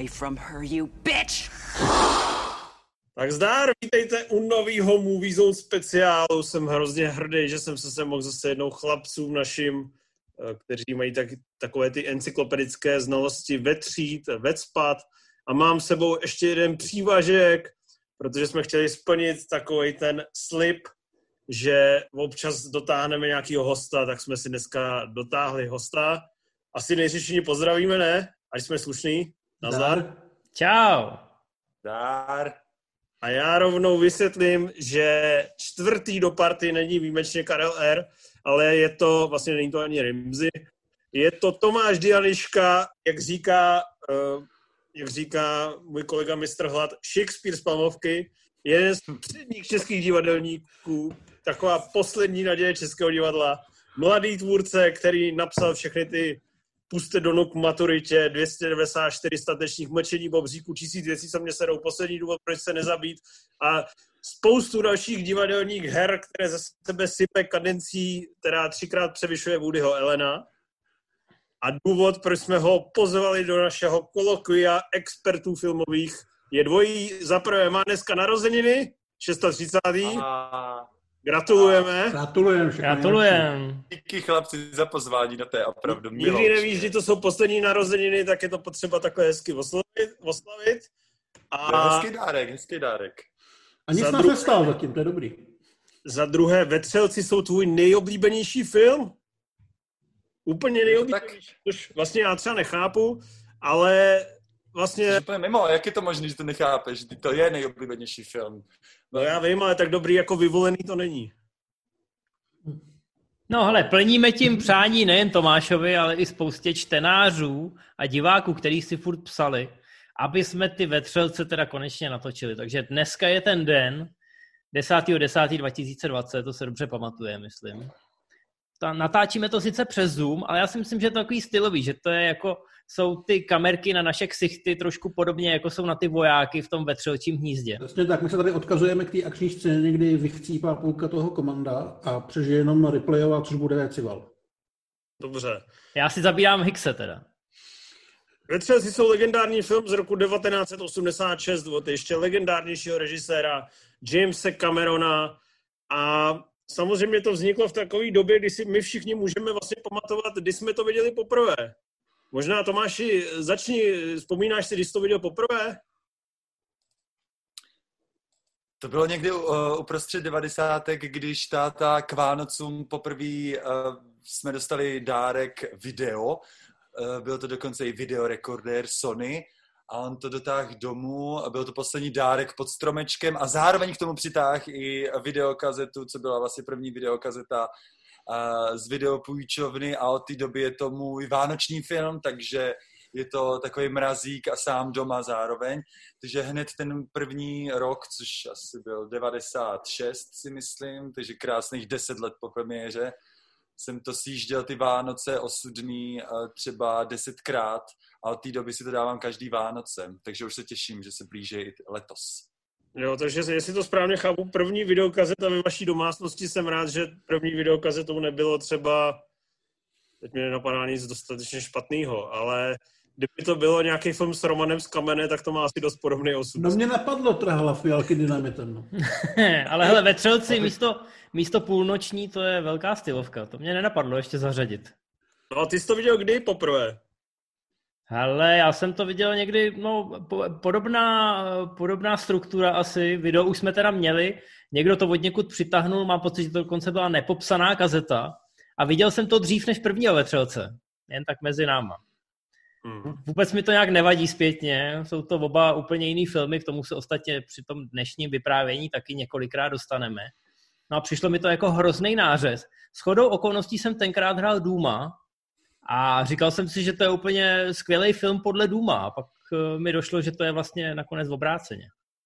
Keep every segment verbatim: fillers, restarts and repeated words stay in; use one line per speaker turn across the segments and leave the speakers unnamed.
away from her, you bitch!
Tak zdár, vítejte u novýho Movie Zone speciálu. Jsem hrozně hrdý, že jsem se sem mohl zase jednou chlapcům našim, kteří mají tak, takové ty encyklopedické znalosti vetřít, vecpat. A mám s sebou ještě jeden přívažek, protože jsme chtěli splnit takovej ten slib, že občas dotáhneme nějakýho hosta, tak jsme si dneska dotáhli hosta. Asi nejřešení pozdravíme, ne? Ať jsme slušný. Nazdar.
Čau.
Dár.
A já rovnou vysvětlím, že čtvrtý do party není výjimečně Karel R., ale je to, vlastně není to ani Rimzy, je to Tomáš Dianiška, jak říká, uh, jak říká můj kolega mistr Hlad, Shakespeare z Palmovky, jeden z předních českých divadelníků, taková poslední naděje českého divadla, mladý tvůrce, který napsal všechny ty Puste do nuk maturitě, dvě stě devadesát čtyři statečních mlčení bobříků, tisíc věcí, co mě sedou, poslední důvod, proč se nezabít a spoustu dalších divadelních her, které ze sebe sype kadencí, která třikrát převyšuje Woodyho Allena. A důvod, proč jsme ho pozvali do našeho kolokvia expertů filmových, je dvojí. Za prvé má dneska narozeniny, třicátého šestého
A...
Gratulujeme.
Gratulujeme.
Gratulujeme.
Díky chlapci za pozvání, no to je opravdu milost.
Nikdy nevíš, kdy to jsou poslední narozeniny, tak je to potřeba takhle hezky oslavit. oslavit.
A... Hezký dárek, hezký dárek.
A nic
Za
nás
druhé-
nestal zatím, to je dobrý.
Za druhé, Vetřelci jsou tvůj nejoblíbenější film? Úplně nejoblíbenější. Což vlastně já třeba nechápu, ale vlastně...
Jsi úplně mimo, jak je to možné, že to nechápeš? To je nejoblíbenější film.
No já vím, ale tak dobrý jako vyvolený to není.
No hele, plníme tím přání nejen Tomášovi, ale i spoustě čtenářů a diváků, který si furt psali, aby jsme ty Vetřelce teda konečně natočili. Takže dneska je ten den, desátého desátého dva tisíce dvacet, to se dobře pamatuje, myslím. Ta, natáčíme to sice přes Zoom, ale já si myslím, že je to takový stylový, že to je jako, jsou ty kamerky na naše ksichty trošku podobně, jako jsou na ty vojáky v tom vetřelčím hnízdě.
Vlastně tak, my se tady odkazujeme k té akční scéně, kdy vychcípá půlka toho komanda a přežije jenom replayovat, což bude Cival.
Dobře.
Já si zabírám Hickse teda.
Vetřelci jsou legendární film z roku devatenáct set osmdesát šest od ještě legendárnějšího režiséra Jamese Camerona a samozřejmě to vzniklo v takové době, kdy si my všichni můžeme vlastně pamatovat, kdy jsme to viděli poprvé. Možná, Tomáši, začni, vzpomínáš si, kdy jsi to viděl poprvé?
To bylo někdy uh, uprostřed devadesátek, když táta k Vánocům poprvé uh, jsme dostali dárek video. Uh, byl to dokonce i videorekordér Sony a on to dotáhl domů. Byl to poslední dárek pod stromečkem a zároveň k tomu přitáhl i videokazetu, co byla vlastně první videokazeta uh, z videopůjčovny a od té doby je to můj vánoční film, takže je to takový mrazík a sám doma zároveň. Takže hned ten první rok, což asi byl devadesát šest, si myslím, takže krásných deset let po premiéře, jsem to sjížděl ty Vánoce osudný třeba desetkrát a od té doby si to dávám každý Vánoce. Takže už se těším, že se blíží i letos.
Jo, takže jestli to správně chápu, první videokazeta ve vaší domácnosti, jsem rád, že první videokazetou nebylo třeba, teď mě nenapadá nic dostatečně špatného, ale kdyby to bylo nějaký film s Romanem z Kamene, tak to má asi dost podobný osud.
No mě napadlo trhala fialky dynamitem. No.
Ale hele, Vetřelci místo, místo půlnoční, to je velká stylovka. To mě nenapadlo ještě zařadit.
No a ty jsi to viděl kdy poprvé?
Hele, já jsem to viděl někdy, no, po, podobná, podobná struktura asi, video už jsme teda měli, někdo to od někud přitahnul, mám pocit, že to dokonce byla nepopsaná kazeta a viděl jsem to dřív než prvního Vetřelce, jen tak mezi náma. Hmm. Vůbec mi to nějak nevadí zpětně, jsou to oba úplně jiný filmy, k tomu se ostatně při tom dnešním vyprávění taky několikrát dostaneme. No a přišlo mi to jako hrozný nářez. Shodou okolností jsem tenkrát hrál Duma a říkal jsem si, že to je úplně skvělý film podle Duma a pak mi došlo, že to je vlastně nakonec obráceně.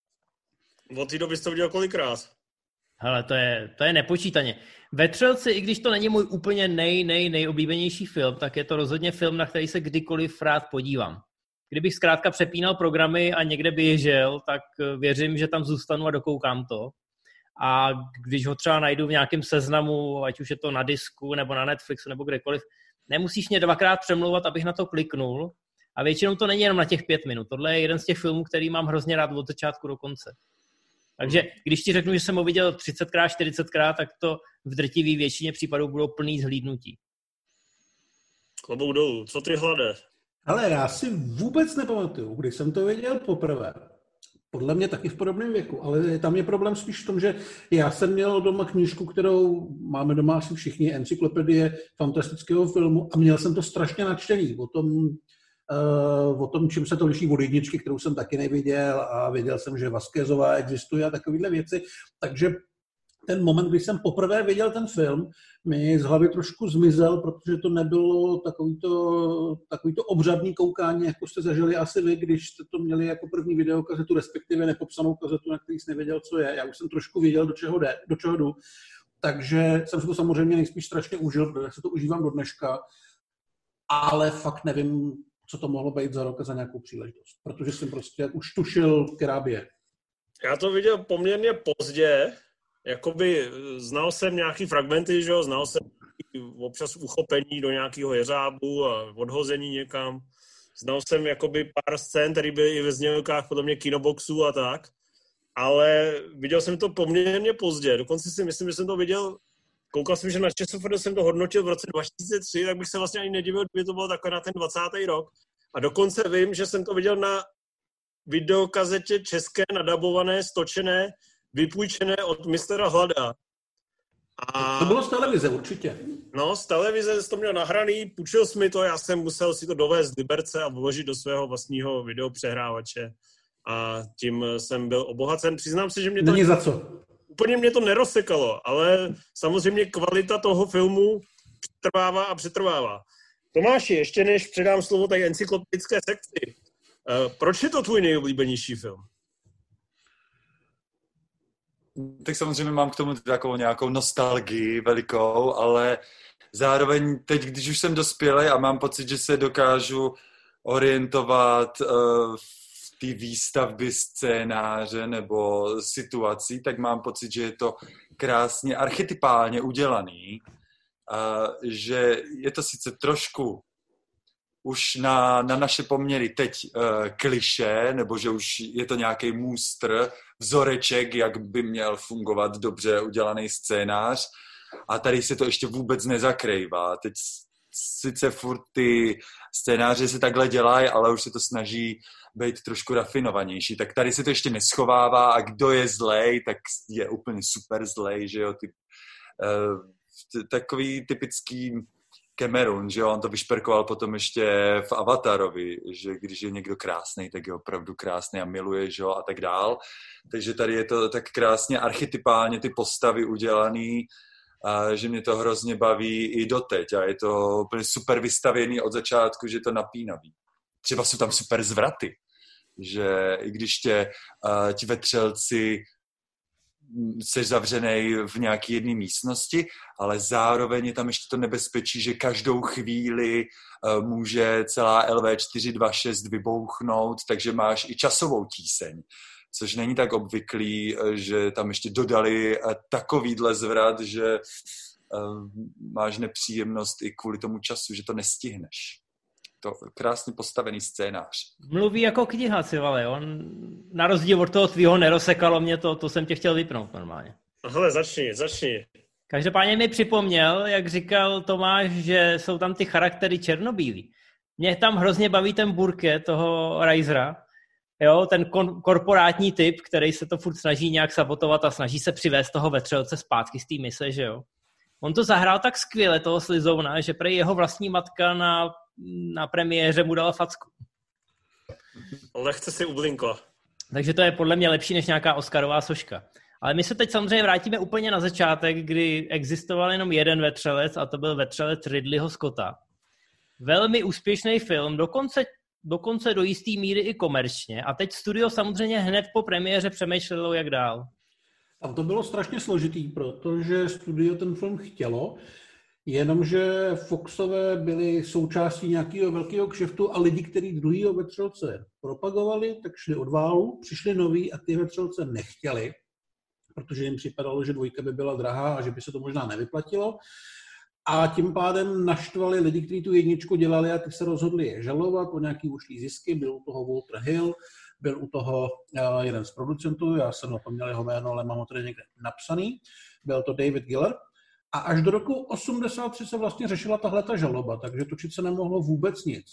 Od té doby jsi to viděl kolikrát?
Hele, to je, to je nepočítaně. Vetřelci, i když to není můj úplně nej, nej, nejoblíbenější film, tak je to rozhodně film, na který se kdykoliv rád podívám. Kdybych zkrátka přepínal programy a někde běžel, tak věřím, že tam zůstanu a dokoukám to. A když ho třeba najdu v nějakém seznamu, ať už je to na disku, nebo na Netflixu, nebo kdekoliv, nemusíš mě dvakrát přemlouvat, abych na to kliknul A většinou to není jenom na těch pět minut. Tohle je jeden z těch filmů, který mám hrozně rád od začátku do konce. Takže když ti řeknu, že jsem ho viděl třicetkrát, čtyřicetkrát, tak to v drtivé většině případů budou plný zhlídnutí.
Klobouk dolů. Co ty, Hlade?
Ale já si vůbec nepamatuju, když jsem to viděl poprvé. Podle mě taky v podobném věku, ale tam je problém spíš v tom, že já jsem měl doma knížku, kterou máme doma asi všichni, encyklopedie fantastického filmu, a měl jsem to strašně načtený o tom, uh, o tom, čím se to liší od jedničky, kterou jsem taky neviděl, a věděl jsem, že Vasquezová existuje a takovéhle věci. Takže ten moment, kdy jsem poprvé viděl ten film, mi z hlavy trošku zmizel, protože to nebylo takovýto, takovýto obřadný koukání, jako jste zažili asi vy, když jste to měli jako první videokazetu, respektive nepopsanou kazetu, na který jsi nevěděl, co je. Já už jsem trošku věděl, do čeho jde, do čeho jdu. Takže jsem si to samozřejmě nejspíš strašně užil, protože se to užívám do dneška, ale fakt nevím, co to mohlo být za rok a za nějakou příležitost, protože jsem prostě už tušil, která by je.
Já to viděl poměrně pozdě, jakoby znal jsem nějaký fragmenty, že jo, znal jsem občas uchopení do nějakého jeřábu a odhození někam. Znal jsem jakoby pár scén, které byly i ve znělkách podle mě kinoboxů a tak, ale viděl jsem to poměrně pozdě. Dokonce si myslím, že jsem to viděl, koukal jsem, že na ČSFD jsem to hodnotil v roce dva tisíce tři, tak bych se vlastně ani nedivil, kdyby to bylo takové na ten dvacátý rok. A dokonce vím, že jsem to viděl na videokazetě české, nadabované, stočené, vypůjčené od mistera Hlada. A...
To bylo z televize, určitě.
No, z televize jsi to měl nahraný, půjčil jsi mi to, já jsem musel si to dovést z Liberce a vložit do svého vlastního videopřehrávače. A tím jsem byl obohacen. Přiznám se, že mě to...
Není za co.
Úplně mě to nerozsekalo, ale samozřejmě kvalita toho filmu přetrvává a přetrvává. Tomáši, ještě než předám slovo té encyklopedické sekci, proč je to tvůj nejoblíbenější film?
Tak samozřejmě mám k tomu takovou nějakou nostalgii velikou, ale zároveň teď, když už jsem dospělý a mám pocit, že se dokážu orientovat uh, v té výstavbě scénáře nebo situací, tak mám pocit, že je to krásně archetypálně udělaný, uh, že je to sice trošku už na, na naše poměry teď uh, klišé, nebo že už je to nějaký můstr, vzoreček, jak by měl fungovat dobře udělaný scénář, a tady se to ještě vůbec nezakrývá. Teď sice furt ty scénáře se takhle dělají, ale už se to snaží být trošku rafinovanější. Tak tady se to ještě neschovává, a kdo je zlej, tak je úplně super zlej, že jo, ty, uh, takový typický Cameron, že jo, on to vyšperkoval potom ještě v Avatarovi, že když je někdo krásný, tak je opravdu krásný a miluje, že jo, a tak dál. Takže tady je to tak krásně archetypálně ty postavy udělaný, a že mě to hrozně baví i doteď, a je to úplně super vystavěný od začátku, že je to napínavý. Třeba jsou tam super zvraty, že i když tě uh, ti vetřelci jsi zavřenej v nějaké jedné místnosti, ale zároveň je tam ještě to nebezpečí, že každou chvíli uh, může celá L V čtyři dva šest vybouchnout, takže máš i časovou tíseň, což není tak obvyklý, že tam ještě dodali uh, takovýhle zvrat, že uh, máš nepříjemnost i kvůli tomu času, že to nestihneš. To krásně postavený scénář.
Mluví jako kniha, si vale, on na rozdíl od toho tvýho nerozsekalo mě to, to jsem tě chtěl vypnout normálně.
Hele, začni, začni.
Každopádně mi připomněl, jak říkal Tomáš, že jsou tam ty charaktery černobílí. Mě tam hrozně baví ten Burke, toho Risera, jo, ten kon- korporátní typ, který se to furt snaží nějak sabotovat a snaží se přivést toho vetřelce zpátky z té mise, že jo. On to zahrál tak skvěle, toho Slizouna, že prej jeho vlastní matka na, na premiéře mu dala facku.
Lehce si ublinkla.
Takže to je podle mě lepší než nějaká Oscarová soška. Ale my se teď samozřejmě vrátíme úplně na začátek, kdy existoval jenom jeden vetřelec, a to byl vetřelec Ridleyho Scotta. Velmi úspěšný film, dokonce, dokonce do jisté míry i komerčně. A teď studio samozřejmě hned po premiéře přemýšlelo, jak dál.
A to bylo strašně složitý, protože studio ten film chtělo, jenomže Foxové byli součástí nějakého velkého kšeftu a lidi, kteří druhýho vetřelce propagovali, tak šli od válu, přišli noví a ty vetřelce nechtěli, protože jim připadalo, že dvojka by byla drahá a že by se to možná nevyplatilo. A tím pádem naštvali lidi, kteří tu jedničku dělali a ty se rozhodli je žalovat o nějaký ušlý zisky. Byl u toho Walter Hill, byl u toho uh, jeden z producentů, já jsem zapomněl jeho jméno, ale mám ho tady někde napsaný. Byl to David Giller. A až do roku osmdesát tři se vlastně řešila tahleta žaloba, takže točit se nemohlo vůbec nic.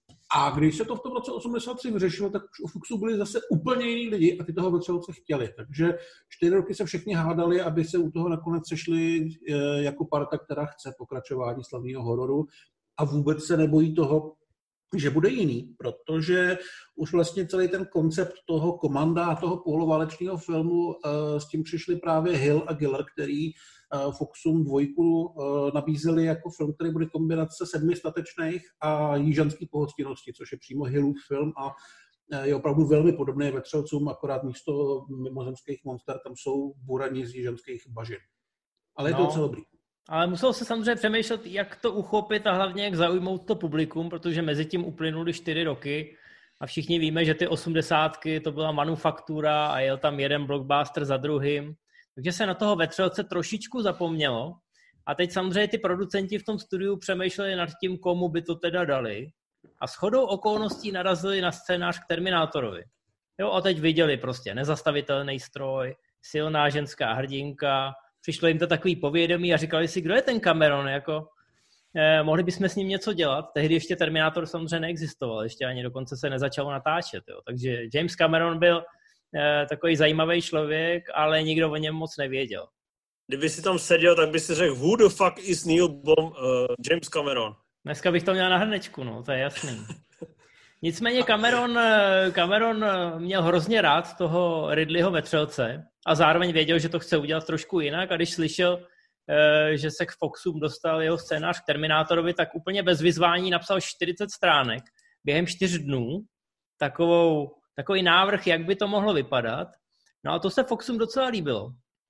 A když se to v tom roce osmdesát tři vyřešilo, tak už u Foxu byli zase úplně jiní lidi a ty toho vetřelce chtěli. Takže čtyři roky se všichni hádali, aby se u toho nakonec sešli jako parta, která chce pokračování slavného hororu a vůbec se nebojí toho, že bude jiný, protože už vlastně celý ten koncept toho komanda a toho poloválečného filmu s tím přišli právě Hill a Giller, který Foxům dvojku nabízeli jako film, který bude kombinace sedmi statečných a jižanský pohostinnosti, což je přímo Hillův film a je opravdu velmi podobný vetřelcům, akorát místo mimozemských monster tam jsou burani z jižanských bažin. Ale je
no.
to docela dobrý.
Ale musel se samozřejmě přemýšlet, jak to uchopit a hlavně jak zaujmout to publikum, protože mezi tím uplynuly čtyři roky a všichni víme, že ty osmdesátky to byla manufaktura a jel tam jeden blockbuster za druhým. Takže se na toho vetřelce trošičku zapomnělo a teď samozřejmě ty producenti v tom studiu přemýšleli nad tím, komu by to teda dali a shodou okolností narazili na scénář k Terminátorovi. Jo, a teď viděli prostě nezastavitelný stroj, silná ženská hrdinka, přišlo jim to takový povědomí a říkali si, kdo je ten Cameron, jako eh, mohli bychom s ním něco dělat. Tehdy ještě Terminátor samozřejmě neexistoval, ještě ani dokonce se nezačalo natáčet. Jo. Takže James Cameron byl eh, takový zajímavý člověk, ale nikdo o něm moc nevěděl.
Kdyby si tam seděl, tak by si řekl, who the fuck is Neil Blom, uh, James Cameron?
Dneska bych to měl na hrnečku, no, to je jasný. Nicméně Cameron, Cameron měl hrozně rád toho Ridleyho vetřelce a zároveň věděl, že to chce udělat trošku jinak a když slyšel, že se k Foxům dostal jeho scénář k Terminátorovi, tak úplně bez vyzvání napsal čtyřicet stránek během čtyř dnů, takovou, takový návrh, jak by to mohlo vypadat. No a to se Foxům docela líbilo.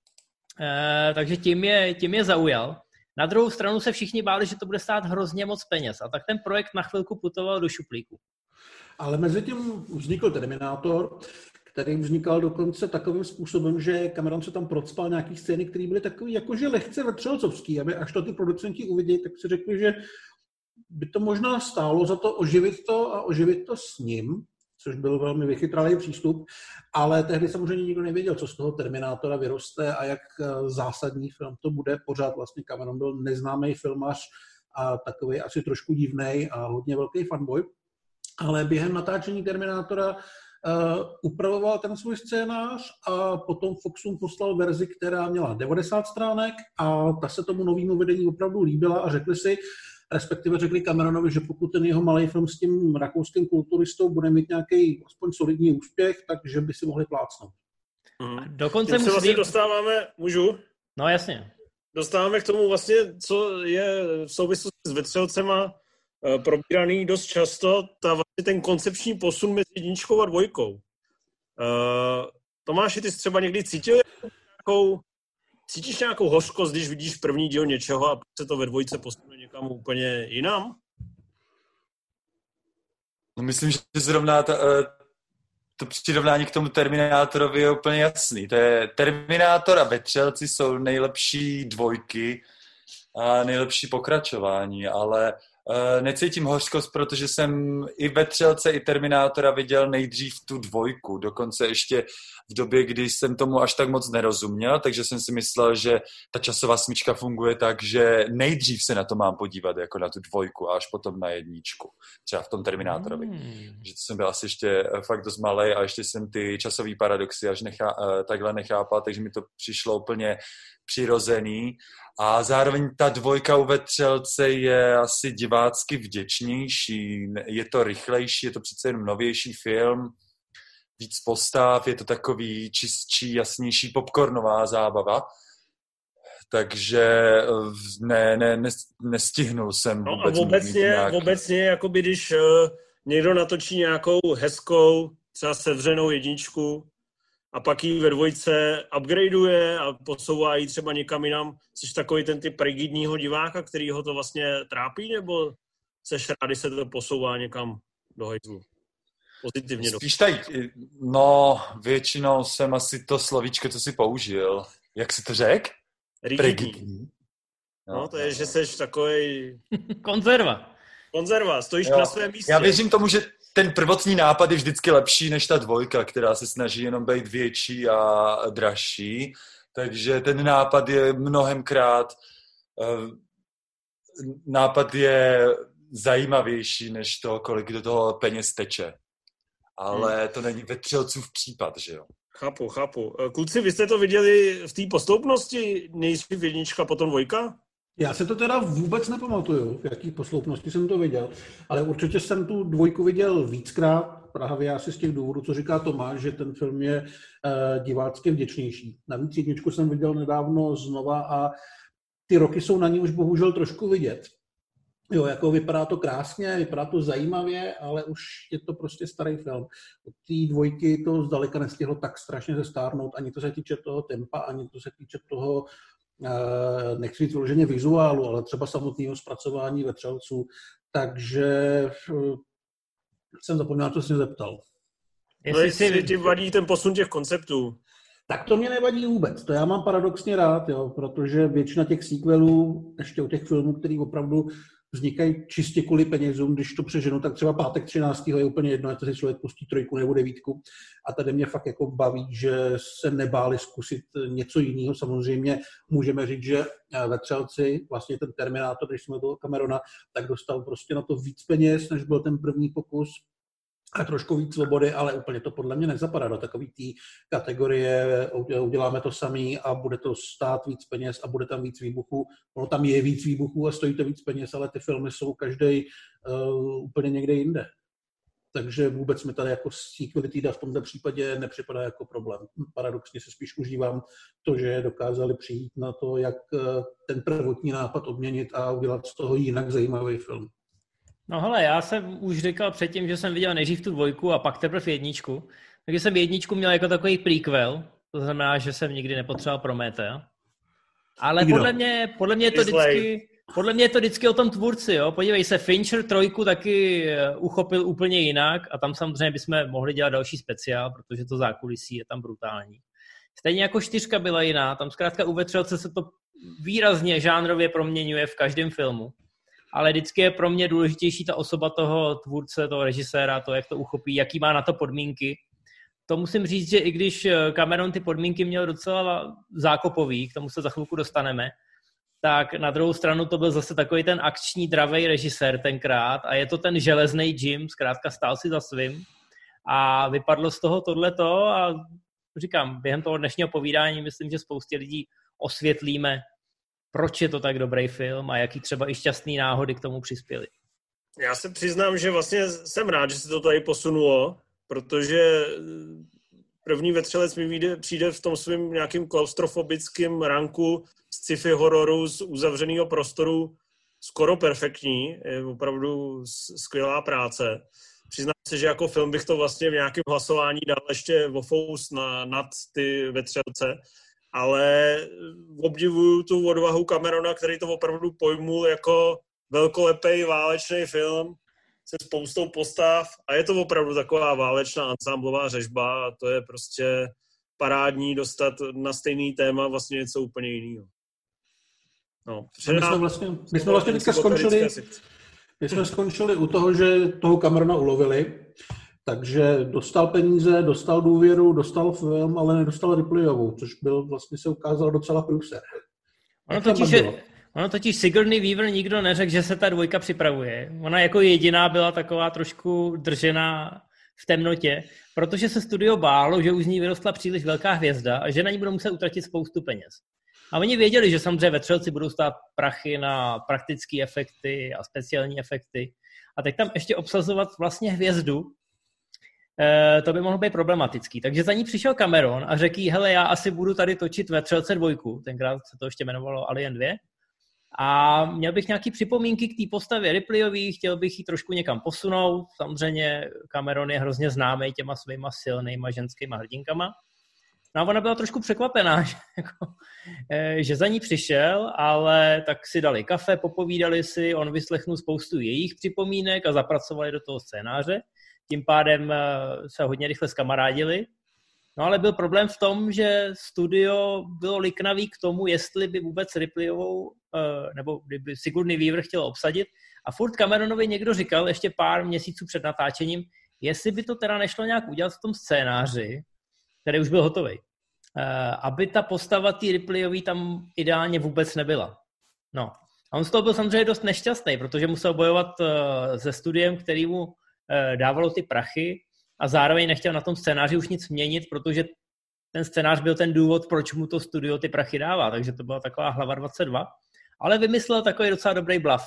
E, takže tím je, tím je zaujal. Na druhou stranu se všichni báli, že to bude stát hrozně moc peněz a tak ten projekt na chvilku putoval do šuplíku.
Ale mezi tím vznikl Terminátor, který vznikal dokonce takovým způsobem, že Cameron se tam procpal nějaký scény, které byly takový jakože lehce vetřelcovský, aby až to ty producenti uviděli, tak si řekli, že by to možná stálo za to oživit to a oživit to s ním, což byl velmi vychytralý přístup, ale tehdy samozřejmě nikdo nevěděl, co z toho Terminátora vyroste a jak zásadní film to bude. Pořád vlastně Cameron byl neznámý filmař a takový asi trošku divnej a hodně velký fanboy. Ale během natáčení Terminátora uh, upravoval ten svůj scénář a potom Foxům poslal verzi, která měla devadesát stránek a ta se tomu novému vedení opravdu líbila a řekli si, respektive řekli Cameronovi, že pokud ten jeho malý film s tím rakouským kulturistou bude mít nějaký aspoň solidní úspěch, takže by si mohli plácnout.
Mm.
Dokonce
se vlastně dostáváme, můžu?
No jasně.
Dostáváme k tomu vlastně, co je v souvislosti s vetřelcema probíraný dost často, ta vlastně ten koncepční posun mezi jedničkou a dvojkou. Uh, Tomáši, ty jsi třeba někdy cítil nějakou, cítíš nějakou hořkost, když vidíš první díl něčeho a se to ve dvojce posune někam úplně jinam?
No myslím, že zrovna ta, to přirovnání k tomu Terminátorovi je úplně jasný. To je Terminátor a vetřelci jsou nejlepší dvojky a nejlepší pokračování, ale Uh, necítím hořkost, protože jsem i vetřelce, i Terminátora viděl nejdřív tu dvojku, dokonce ještě v době, kdy jsem tomu až tak moc nerozuměl, takže jsem si myslel, že ta časová smyčka funguje tak, že nejdřív se na to mám podívat, jako na tu dvojku a až potom na jedničku, třeba v tom Terminátorovi. Hmm. Že to jsem byl asi ještě fakt dost malej a ještě jsem ty časové paradoxy až nechá, uh, takhle nechápal, takže mi to přišlo úplně přirozený. A zároveň ta dvojka u vetřelce je asi divácky vděčnější, je to rychlejší, je to přece jen novější film, víc postav, je to takový čistší, jasnější popcornová zábava. Takže ne, ne, ne, nestihnul jsem
no
vůbec.
A obecně, nějak... obecně jakoby když uh, někdo natočí nějakou hezkou, třeba sevřenou jedničku, a pak ji ve dvojce upgradeuje a posouvá ji třeba někam jinam. Jsi takový ten typ rigidního diváka, který ho to vlastně trápí, nebo seš rád, když se to posouvá někam do hajzlu? Pozitivně.
Spíš tady, no většinou jsem asi to slovíčko, co si použil. Jak si to řekl?
Rigidní. No, no to je, že seš takovej...
Konzerva.
Konzerva, stojíš
jo.
na svém místě.
Já věřím tomu, že ten prvotní nápad je vždycky lepší než ta dvojka, která se snaží jenom být větší a dražší. Takže ten nápad je mnohemkrát... Nápad je zajímavější než to, kolik do toho peněz teče. Ale hmm. to není Vetřelcův případ, že jo?
Chápu, chápu. Kluci, vy jste to viděli v té posloupnosti? Nejdřív jednička, potom dvojka?
Já se to teda vůbec nepamatuju, v jaký posloupnosti jsem to viděl, ale určitě jsem tu dvojku viděl víckrát, právě asi z těch důvodů, co říká Tomáš, že ten film je uh, divácky vděčnější. Navíc jedničku jsem viděl nedávno znova a ty roky jsou na ní už bohužel trošku vidět. Jo, jako vypadá to krásně, vypadá to zajímavě, ale už je to prostě starý film. Od té dvojky to zdaleka nestihlo tak strašně zestárnout, ani to se týče toho tempa, ani to se týče toho, eh, nechci říct vyloženě vizuálu, ale třeba samotného zpracování Vetřelců. Takže eh, jsem zapomněl, co jsi mě zeptal.
No jestli ti vadí ten posun těch konceptů.
Tak to mě nevadí vůbec. To já mám paradoxně rád, jo, protože většina těch sequelů, ještě u těch filmů, který opravdu vznikají čistě kvůli penězům, když to přeženu, tak třeba Pátek třináctého je úplně jedno, ať to si člověk pustí trojku nebo devítku. A tady mě fakt jako baví, že se nebáli zkusit něco jiného. Samozřejmě můžeme říct, že Vetřelci, vlastně ten Terminátor, když jsme toho Camerona, tak dostal prostě na to víc peněz, než byl ten první pokus. A trošku víc svobody, ale úplně to podle mě nezapadá do takové té kategorie, uděláme to samý a bude to stát víc peněz a bude tam víc výbuchů. Ono tam je víc výbuchů a stojí to víc peněz, ale ty filmy jsou každý uh, úplně někde jinde. Takže vůbec mi tady jako sequelitída v tomto případě nepřipadá jako problém. Paradoxně se spíš užívám to, že dokázali přijít na to, jak ten prvotní nápad obměnit a udělat z toho jinak zajímavý film.
No hele, já jsem už říkal předtím, že jsem viděl nejdřív tu dvojku a pak teprve jedničku. Takže jsem jedničku měl jako takový prequel, to znamená, že jsem nikdy nepotřeboval Prometea. Ale podle mě, podle mě je to vždycky, podle mě je to vždycky o tom tvůrci, jo. Podívej se, Fincher trojku taky uchopil úplně jinak a tam samozřejmě bychom mohli dělat další speciál, protože to zákulisí je tam brutální. Stejně jako čtyřka byla jiná, tam zkrátka u Vetřelce se to výrazně žánrově proměňuje v každém filmu. Ale vždycky je pro mě důležitější ta osoba toho tvůrce, toho režiséra, to, jak to uchopí, jaký má na to podmínky. To musím říct, že i když Cameron ty podmínky měl docela zákopový, k tomu se za chvilku dostaneme, tak na druhou stranu to byl zase takový ten akční, dravej režisér tenkrát a je to ten železný Jim, zkrátka stál si za svým a vypadlo z toho tohleto a říkám, během toho dnešního povídání myslím, že spoustě lidí osvětlíme, proč je to tak dobrý film a jaký třeba i šťastný náhody k tomu přispěly.
Já se přiznám, že vlastně jsem rád, že se to tady posunulo, protože první Vetřelec mi vyjde, přijde v tom svým nějakým klaustrofobickým ranku sci-fi hororu z uzavřeného prostoru skoro perfektní, je opravdu skvělá práce. Přiznám se, že jako film bych to vlastně v nějakém hlasování dal ještě o fous na, nad ty Vetřelce, ale obdivuju tu odvahu Camerona, který to opravdu pojmul jako velkolepý válečný film se spoustou postav a je to opravdu taková válečná ansámblová řežba a to je prostě parádní dostat na stejný téma vlastně něco úplně jiného. No,
my jsme vlastně, my jsme vlastně teďka skončili, my jsme skončili u toho, že toho Camerona ulovili, takže dostal peníze, dostal důvěru, dostal film, ale nedostal Ripleyovou, což byl vlastně se ukázalo docela průser.
Ono totiž, ono totiž Sigourney Weaver nikdo neřekl, že se ta dvojka připravuje. Ona jako jediná byla taková trošku držená v temnotě, protože se studio bálo, že už z ní vyrostla příliš velká hvězda a že na ní budou muset utratit spoustu peněz. A oni věděli, že samozřejmě Vetřelci budou stát prachy na praktické efekty a speciální efekty. A teď tam ještě obsazovat vlastně hvězdu, e, to by mohlo být problematický. Takže za ní přišel Cameron a řekl jí, hele, já asi budu tady točit Vetřelce dvojku, tenkrát se to ještě jmenovalo Alien dva. A měl bych nějaký připomínky k té postavě Ripleyový, chtěl bych ji trošku někam posunout. Samozřejmě Cameron je hrozně známý těma svýma silnýma ženskýma hrdinkama. No a ona byla trošku překvapená, že, jako, že za ní přišel, ale tak si dali kafe, popovídali si, on vyslechnul spoustu jejich připomínek a zapracovali do toho scénáře. Tím pádem se hodně rychle zkamarádili. No ale byl problém v tom, že studio bylo liknavý k tomu, jestli by vůbec Ripleyovou, nebo kdyby Sigourney Weaver chtěl obsadit. A furt Cameronovi někdo říkal ještě pár měsíců před natáčením, jestli by to teda nešlo nějak udělat v tom scénáři, který už byl hotový, aby ta postava té Ripleyový tam ideálně vůbec nebyla. No. A on z toho byl samozřejmě dost nešťastný, protože musel bojovat se studiem, který mu dávalo ty prachy a zároveň nechtěl na tom scénáři už nic měnit, protože ten scénář byl ten důvod, proč mu to studio ty prachy dává. Takže to byla taková hlava dvacet dva. Ale vymyslel takový docela dobrý bluff.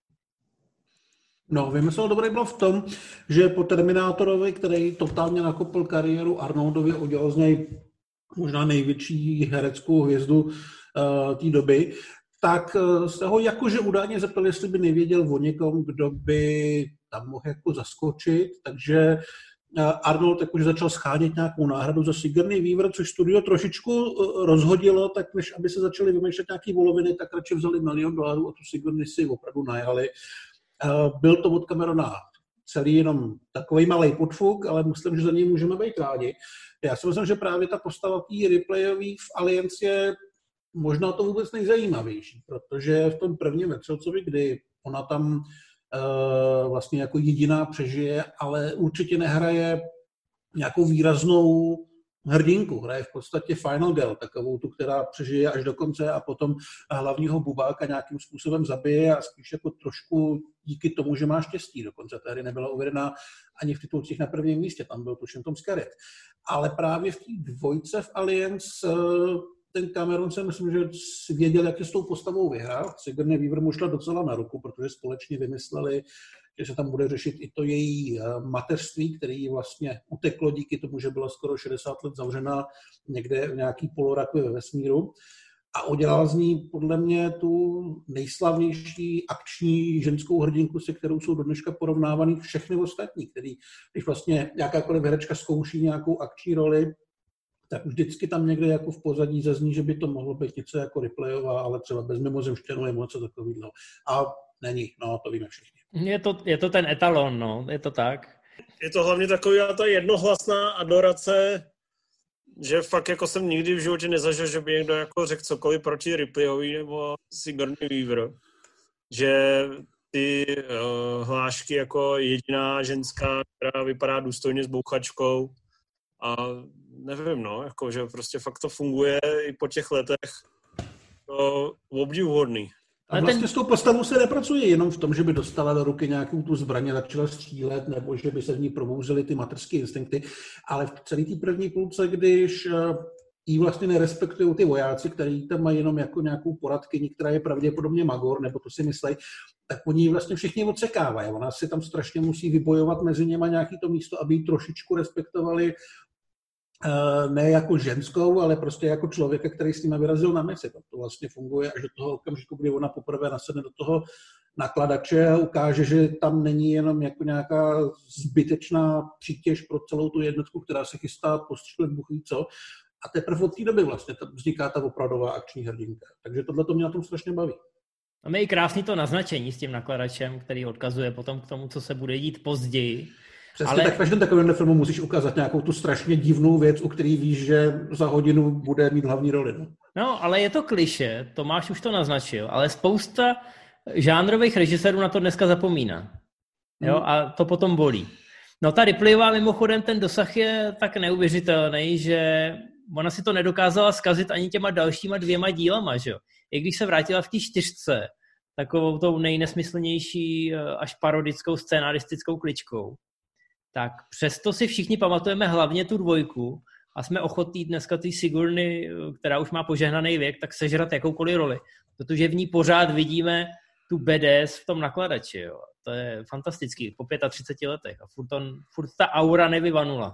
No, vymyslel dobrý bluff v tom, že po Terminátorovi, který totálně nakopl kariéru Arnoldovi, udělal z něj možná největší hereckou hvězdu uh, té doby, tak se ho jakože údajně zeptali, jestli by nevěděl o někom, kdo by tam mohl jako zaskočit, takže Arnold jakože začal schánět nějakou náhradu za Sigourney Weaver, což studio trošičku rozhodilo, tak než aby se začali vymýšlet nějaký voloviny, tak radši vzali milion dolarů a tu Sigourney si opravdu najali. Byl to od Camerona celý jenom takový malej podfuk, ale myslím, že za něj můžeme být rádi. Já si myslím, že právě ta postava té Ripleyový v Alliance je možná to vůbec nejzajímavější, protože v tom prvním Vetřelcovi, kdy ona tam uh, vlastně jako jediná přežije, ale určitě nehraje nějakou výraznou hrdinku. Hraje v podstatě Final Girl, takovou tu, která přežije až do konce a potom hlavního bubáka nějakým způsobem zabije a spíš jako trošku díky tomu, že má štěstí. Dokonce ta hry nebyla uvedena ani v titulcích na prvním místě, tam byl tuším Tom Skerritt. Ale právě v té dvojce v Alliance uh, ten Cameron se myslím, že věděl, jak je s tou postavou vyhrál. Sigourney Weaver mu šla docela na ruku, protože společně vymysleli, že se tam bude řešit i to její mateřství, který vlastně uteklo díky tomu, že byla skoro šedesát let zavřená někde v nějaký polorakvi ve vesmíru. A udělal z ní podle mě tu nejslavnější akční ženskou hrdinku, se kterou jsou do dneška porovnávaný všechny ostatní, který, když vlastně jakákoliv herečka zkouší nějakou akční roli, tak vždycky tam někde jako v pozadí zazní, že by to mohlo být něco jako Ripleyová, ale třeba bez mimozemštěnu nebo něco takového. A není, no to víme všichni.
Je to, je to ten etalon, no, je to tak.
Je to hlavně taková ta jednohlasná adorace, že fakt jako jsem nikdy v životě nezažil, že by někdo jako řekl cokoliv proti Ripleyový nebo Sigourney Weaver. Že ty uh, hlášky jako jediná ženská, která vypadá důstojně s bouchačkou, a nevím, no, jako, že prostě fakt to funguje i po těch letech. To obdivuhodný.
A vlastně s tou postavou se nepracuje jenom v tom, že by dostala do ruky nějakou tu zbraně, začala střílet, nebo že by se v ní probouzely ty materské instinkty, ale v celé té první půlce, když jí vlastně nerespektují ty vojáci, kteří tam mají jenom jako nějakou poradkyni, která je pravděpodobně magor, nebo to si myslí, tak oni vlastně všichni odsekávají. Ona si tam strašně musí vybojovat mezi něma nějaký to místo, aby ji trošičku respektovali, ne jako ženskou, ale prostě jako člověka, který s nimi vyrazil na misi. To vlastně funguje až do toho okamžiku, kdy ona poprvé nasedne do toho nakladače a ukáže, že tam není jenom jako nějaká zbytečná přítěž pro celou tu jednotku, která se chystá postřílet Bůh ví co. A teprve od té doby vlastně vzniká ta opravdová akční hrdinka. Takže tohle to mě na tom strašně baví.
A je krásný to naznačení s tím nakladačem, který odkazuje potom k tomu, co se bude dít později.
Přesně,
ale...
tak v každém takovém filmu musíš ukázat nějakou tu strašně divnou věc, u který víš, že za hodinu bude mít hlavní roli. No,
no ale je to klišé, Tomáš už to naznačil, ale spousta žánrových režisérů na to dneska zapomíná. Jo, hmm. A to potom bolí. No ta Ripleyová mimochodem, ten dosah je tak neuvěřitelný, že ona si to nedokázala zkazit ani těma dalšíma dvěma dílama, že jo. I když se vrátila v té čtyřce, takovou tou nejnesmyslnější až parodickou scénaristickou kličkou, tak přesto si všichni pamatujeme hlavně tu dvojku a jsme ochotní dneska ty Sigourney, která už má požehnaný věk, tak sežrat jakoukoliv roli, protože v ní pořád vidíme tu badass v tom nakladači, jo. To je fantastický, po třiceti pěti letech a furt, on, furt ta aura nevyvanula.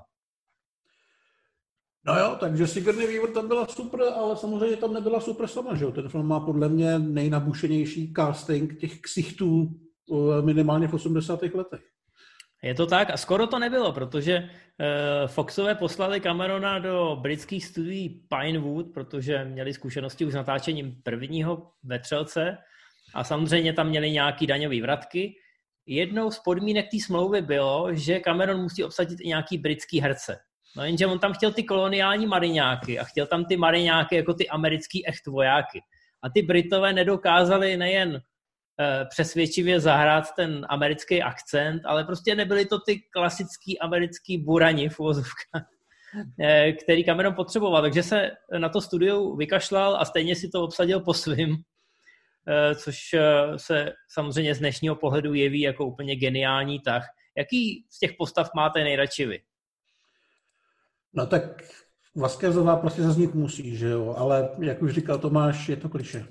No jo, takže Sigourney Weaver tam byla super, ale samozřejmě tam nebyla super sama, že jo. Ten film má podle mě nejnabušenější casting těch ksichtů minimálně v osmdesátých letech.
Je to tak a skoro to nebylo, protože uh, Foxové poslali Camerona do britských studií Pinewood, protože měli zkušenosti už s natáčením prvního Vetřelce a samozřejmě tam měli nějaký daňový vratky. Jednou z podmínek té smlouvy bylo, že Cameron musí obsadit i nějaký britský herce. No jenže on tam chtěl ty koloniální mariňáky a chtěl tam ty mariňáky jako ty americký echt vojáky. A ty Britové nedokázali nejen přesvědčivě zahrát ten americký akcent, ale prostě nebyly to ty klasický americký burani v uvozovkách, který Cameron potřeboval. Takže se na to studio vykašlal a stejně si to obsadil po svým, což se samozřejmě z dnešního pohledu jeví jako úplně geniální tah. Jaký z těch postav máte nejradši vy?
No tak Vasquezová prostě zaznít musí, že jo, ale jak už říkal Tomáš, je to klišé.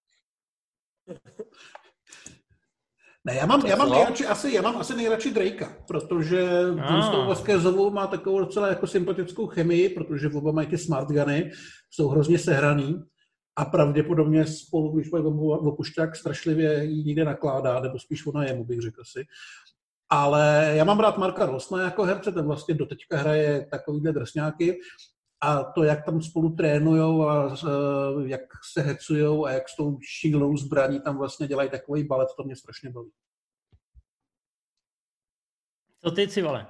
Ne, já mám, já mám nejradši asi, já mám asi nejradši Drakea, protože ah. s tou Vasquezovou má takovou docela jako sympatickou chemii, protože oba mají ty smart guny, jsou hrozně sehraný a pravděpodobně spolu, když mají opušťák, strašlivě jí někde nakládá, nebo spíš ona jemu, bych řekl si. Ale já mám rád Marka Rosna jako herce, ten vlastně doteďka hraje takovýhle drsňáky a to, jak tam spolu trénujou a jak se hecujou a jak s tou šílenou zbraní tam vlastně dělají takový balet, to mě strašně baví.
Co ty, Civale?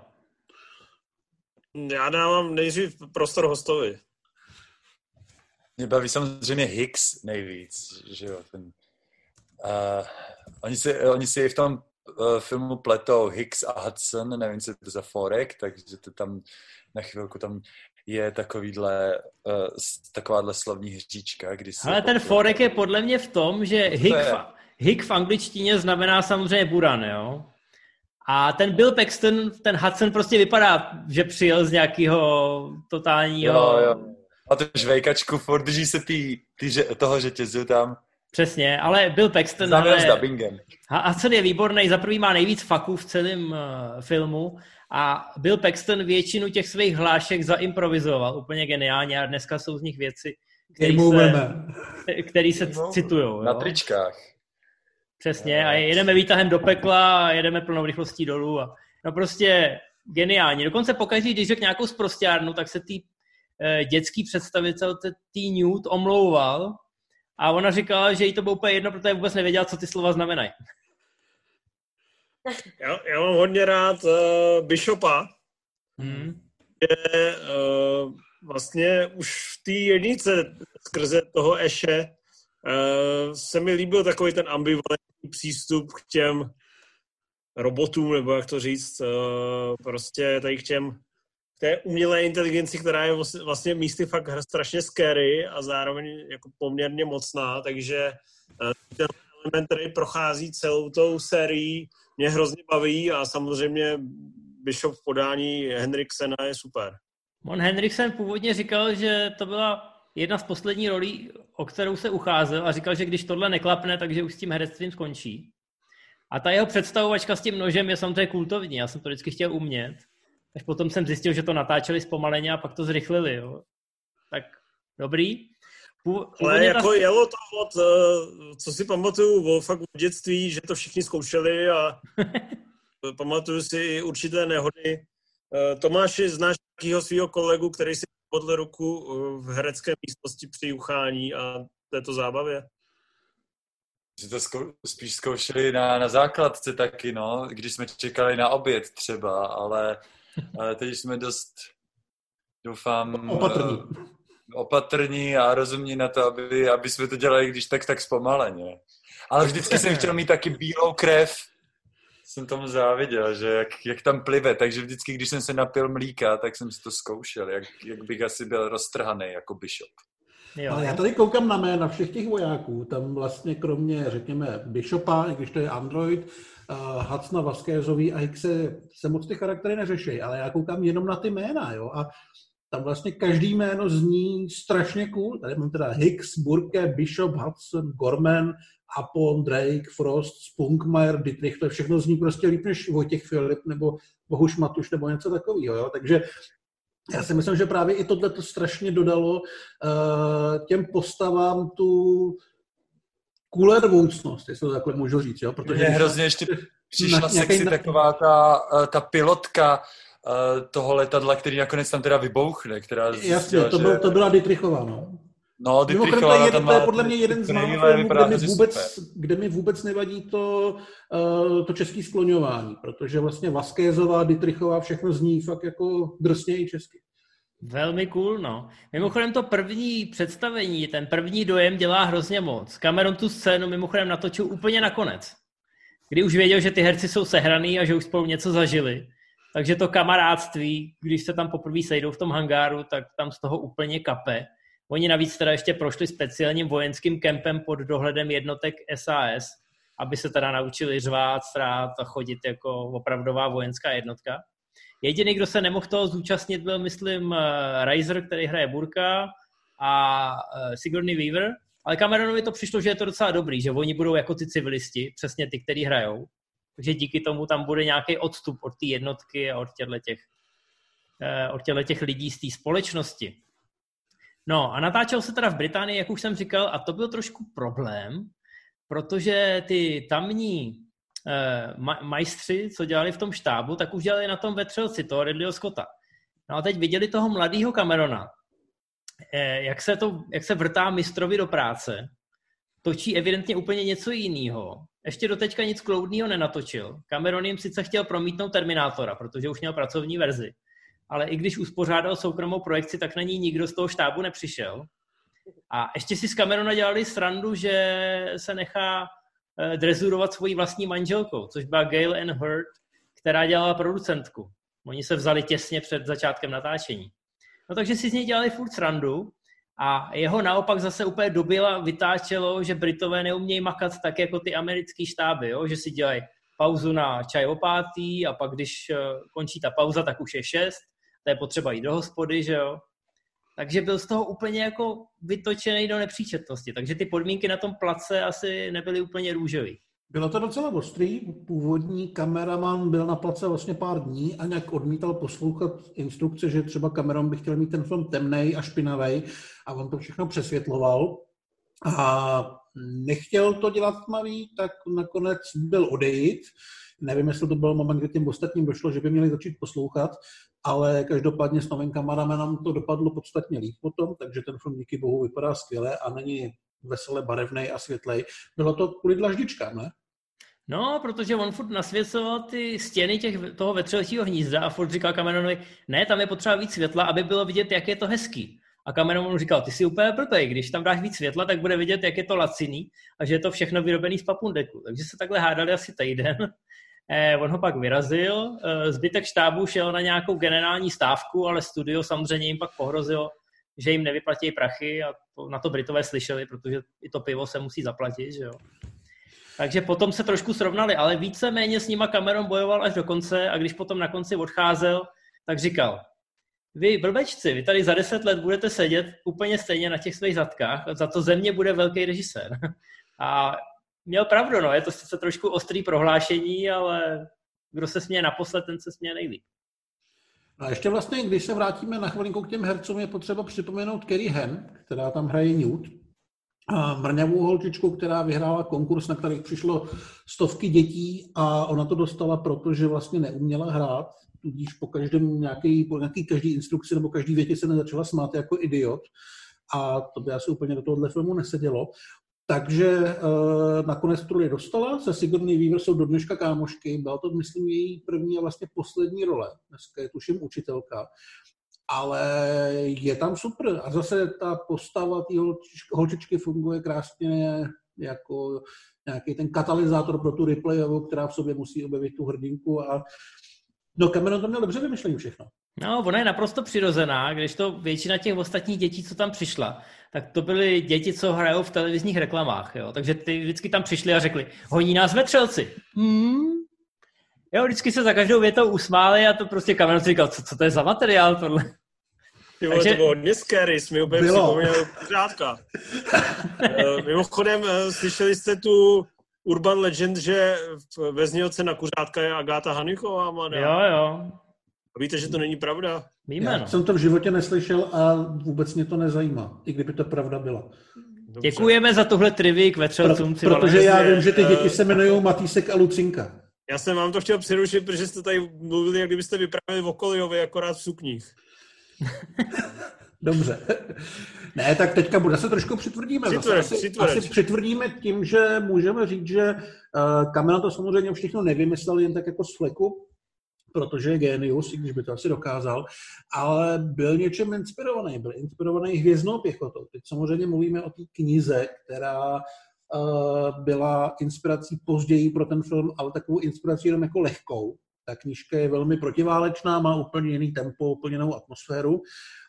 Já dávám nejdřív prostor hostovi.
Mě baví samozřejmě Hicks nejvíc, že jo. Ten, uh, oni, si, oni si v tom uh, filmu pletou Hicks a Hudson, nevím, co je to za forek, takže to tam na chvilku tam je takovýhle, uh, takováhle slovní hříčka. Kdy si
ale ten forek je podle mě v tom, že hick v, hick v angličtině znamená samozřejmě buran, jo? A ten Bill Paxton, ten Hudson prostě vypadá, že přijel z nějakého totálního...
Jo, jo. A tu žvejkačku furt drží se tý, tý, že, toho řetězu tam.
Přesně, ale Bill Paxton...
Znamená s dubbingem.
Hudson je výborný, za prvý má nejvíc faků v celém uh, filmu a Bill Paxton většinu těch svých hlášek zaimprovizoval úplně geniálně a dneska jsou z nich věci, které se, který se citujou.
Na tričkách.
Přesně, a jedeme výtahem do pekla a jedeme plnou rychlostí dolů. A, no prostě geniální. Dokonce pokaždý, když řekl nějakou sprosťárnu, tak se tý eh, dětský představitel, tý Newt, omlouval a ona říkala, že jí to bylo úplně jedno, protože vůbec nevěděla, co ty slova znamenají.
Já, já mám hodně rád uh, Bishopa, hmm. že uh, vlastně už v té jednice skrze toho Ashe uh, se mi líbil takový ten ambivalentní přístup k těm robotům, nebo jak to říct, uh, prostě tady k těm k té umělé inteligenci, která je vlastně místy fakt strašně scary a zároveň jako poměrně mocná, takže uh, ten element, který prochází celou tou sérií, mě hrozně baví a samozřejmě Bishop v podání Henriksena je super.
On Henriksen původně říkal, že to byla jedna z posledních rolí, o kterou se ucházel a říkal, že když tohle neklapne, takže už s tím herectvím skončí. A ta jeho představovačka s tím nožem je samozřejmě kultovní, já jsem to vždycky chtěl umět. Až potom jsem zjistil, že to natáčeli zpomaleně a pak to zrychlili. Jo. Tak dobrý.
Ale jako ta... jelo to od, co si pamatuju, fakt od dětství, že to všichni zkoušeli a pamatuju si určité nehody. Tomáši, znáš nějakého svého kolegu, který si podle ruku v herecké místnosti při juchání a této zábavě?
Si to zkou, spíš zkoušeli na, na základce taky, no, když jsme čekali na oběd třeba, ale, ale teď jsme dost, doufám...
Opatrní.
opatrní a rozumní na to, aby, aby jsme to dělali když tak, tak zpomaleně. Ale vždycky jsem chtěl mít taky bílou krev. Jsem tomu záviděl, že jak, jak tam plive, takže vždycky, když jsem se napil mlíka, tak jsem si to zkoušel, jak, jak bych asi byl roztrhaný jako Bishop.
Jo. Ale já tady koukám na jména všech těch vojáků, tam vlastně kromě, řekněme, Bishopa, i když to je android, uh, Hudsona, Vasquezový a Hickse se moc ty charaktery neřeší, ale já koukám jenom na ty jména, jo, a tam vlastně každý jméno zní strašně cool. Tady mám teda Hicks, Burke, Bishop, Hudson, Gorman, Apon, Drake, Frost, Spunkmeyer, Dietrich, to všechno zní prostě líp než Vojtěch Filip nebo Bohuš Matuš nebo něco takového. Jo? Takže já si myslím, že právě i tohle to strašně dodalo uh, těm postavám tu kulervoucnost, jestli to takhle můžu říct. Jo? Protože
mě hrozně ještě přišla sexy na... taková ta, ta pilotka toho letadla, který nakonec tam teda vybouchne. Která
Jasně, zjistila, to, byl,
že...
to byla Dietrichová, no.
No, Dietrichová tam má...
To je podle mě jeden z málo filmů, kde mi vůbec, kde mi vůbec nevadí to, uh, to české skloňování, protože vlastně Vasquezová, Dietrichová, všechno zní fakt jako drsně i česky.
Velmi cool, no. Mimochodem to první představení, ten první dojem dělá hrozně moc. Cameron tu scénu mimochodem natočil úplně nakonec, kdy už věděl, že ty herci jsou sehraný a že už spolu něco zažili. Takže to kamarádství, když se tam poprvé sejdou v tom hangáru, tak tam z toho úplně kape. Oni navíc teda ještě prošli speciálním vojenským kempem pod dohledem jednotek S A S, aby se teda naučili řvát, strát a chodit jako opravdová vojenská jednotka. Jediný, kdo se nemohl toho zúčastnit, byl, myslím, Reiser, který hraje Burka, a Sigourney Weaver, ale Cameronovi to přišlo, že je to docela dobrý, že oni budou jako ty civilisti, přesně ty, kteří hrajou. Takže díky tomu tam bude nějaký odstup od té jednotky a od těchto od těch lidí z té společnosti. No a natáčel se teda v Británii, jak už jsem říkal, a to byl trošku problém, protože ty tamní eh, majstři, co dělali v tom štábu, tak už dělali na tom vetřelci toho Ridleyho Scotta. No a teď viděli toho mladého Camerona, eh, jak, se to, jak se vrtá mistrovi do práce, točí evidentně úplně něco jiného. Ještě doteďka nic kloudného nenatočil. Cameron jim sice chtěl promítnout Terminátora, protože už měl pracovní verzi, ale i když uspořádal soukromou projekci, tak na ní nikdo z toho štábu nepřišel. A ještě si z Camerona dělali srandu, že se nechá drezurovat svojí vlastní manželkou, což byla Gail Ann Hurd, která dělala producentku. Oni se vzali těsně před začátkem natáčení. No takže si z něj dělali furt srandu a jeho naopak zase úplně dobila vytáčelo, že Britové neumějí makat tak jako ty americký štáby, jo? Že si dělají pauzu na čaj o pátý a pak když končí ta pauza, tak už je šest, to je potřeba jít do hospody, že jo. Takže byl z toho úplně jako vytočený do nepříčetnosti. Takže ty podmínky na tom place asi nebyly úplně růžový.
Bylo to docela ostrý. Původní kameraman byl na place vlastně pár dní a nějak odmítal poslouchat instrukce, že třeba Cameron by chtěl mít ten film temnej a špinavej a on to všechno přesvětloval. A nechtěl to dělat tmavý, tak nakonec byl odejít. Nevím, jestli to byl moment, kdy těm ostatním došlo, že by měli začít poslouchat, ale každopádně s novým kameramenem to dopadlo podstatně líp potom, takže ten film díky bohu vypadá skvěle a není veselé barevnej a světlej. Bylo to kvůli dlaždičkám, ne?
No, protože on furt nasvěcoval ty stěny těch, toho vetřelčího hnízda a furt říkal Cameronovi, ne, tam je potřeba víc světla, aby bylo vidět, jak je to hezký. A Cameron mu říkal, ty jsi úplně blbej, když tam dáš víc světla, tak bude vidět, jak je to laciný a že je to všechno vyrobený z papundeku. Takže se takhle hádali asi týden. Eh, on ho pak vyrazil, eh, zbytek štábu šel na nějakou generální stávku, ale studio samozřejmě jim pak pohrozilo, že jim nevyplatí prachy a to, na to Britové slyšeli, protože i to pivo se musí zaplatit, že jo. Takže potom se trošku srovnali, ale víceméně s nima Cameron bojoval až do konce a když potom na konci odcházel, tak říkal, vy blbečci, vy tady za deset let budete sedět úplně stejně na těch svých zadkách, za to ze mě bude velký režisér. A měl pravdu, no, je to sice trošku ostrý prohlášení, ale kdo se směje naposled, ten se směje nejlíp.
A ještě vlastně, když se vrátíme na chvilinku k těm hercům, je potřeba připomenout Carrie Henn, která tam hraje Newt, a mrňavou holčičku, která vyhrála konkurs, na který přišlo stovky dětí a ona to dostala, protože vlastně neuměla hrát, tudíž po každém nějaký, po nějaký každý instrukci nebo každý větě se nezačala smát jako idiot a to by asi úplně do tohohle filmu nesedělo. Takže e, nakonec tu roli dostala, se Sigourney Weaver jsou do dneška kámošky, byla to, myslím, její první a vlastně poslední role, dneska je tuším učitelka, ale je tam super a zase ta postava té holčičky funguje krásně jako nějaký ten katalyzátor pro tu Ripleyovou, která v sobě musí objevit tu hrdinku a no Cameron to měl dobře vymyšlený všechno.
No, ona je naprosto přirozená, když to většina těch ostatních dětí, co tam přišla, tak to byly děti, co hrajou v televizních reklamách, jo. Takže ty vždycky tam přišli a řekli, honí nás vetřelci. Hmm. Jo, vždycky se za každou větou usmáli a to prostě Cameron si říkal, co, co to je za materiál tohle.
Ty vole, Takže... to bylo hodně scary, jsi mi úplně připomněl kuřátka. Mimochodem, slyšeli jste tu urban legend, že ve znělce na kuřátka je Agáta Hanichová, mada?
Jo, jo.
A víte, že to není pravda?
Víme,
Já
no.
jsem to v životě neslyšel a vůbec mě to nezajímá, i kdyby to pravda byla.
Dobře. Děkujeme za tohle trivii k vetřelcům.
Pro, protože já vím, že ty děti se jmenují Matýsek a Lucinka.
Já jsem vám to chtěl přerušit, protože jste tady mluvili, jak kdybyste vyprávěli o Kolijovi, akorát v sukních.
Dobře. Ne, tak teďka bude se trošku přitvrdíme.
Přitvrď,
asi,
přitvrď.
asi přitvrdíme tím, že můžeme říct, že uh, Cameron to samozřejmě všechno nevymyslel jen tak jako z fleku, protože je génius, i když by to asi dokázal, ale byl něčem inspirovaný, byl inspirovaný Hvězdnou pěchotou. Teď samozřejmě mluvíme o té knize, která uh, byla inspirací později pro ten film, ale takovou inspirací jenom jako lehkou. Ta knížka je velmi protiválečná, má úplně jiný tempo, úplně jinou atmosféru.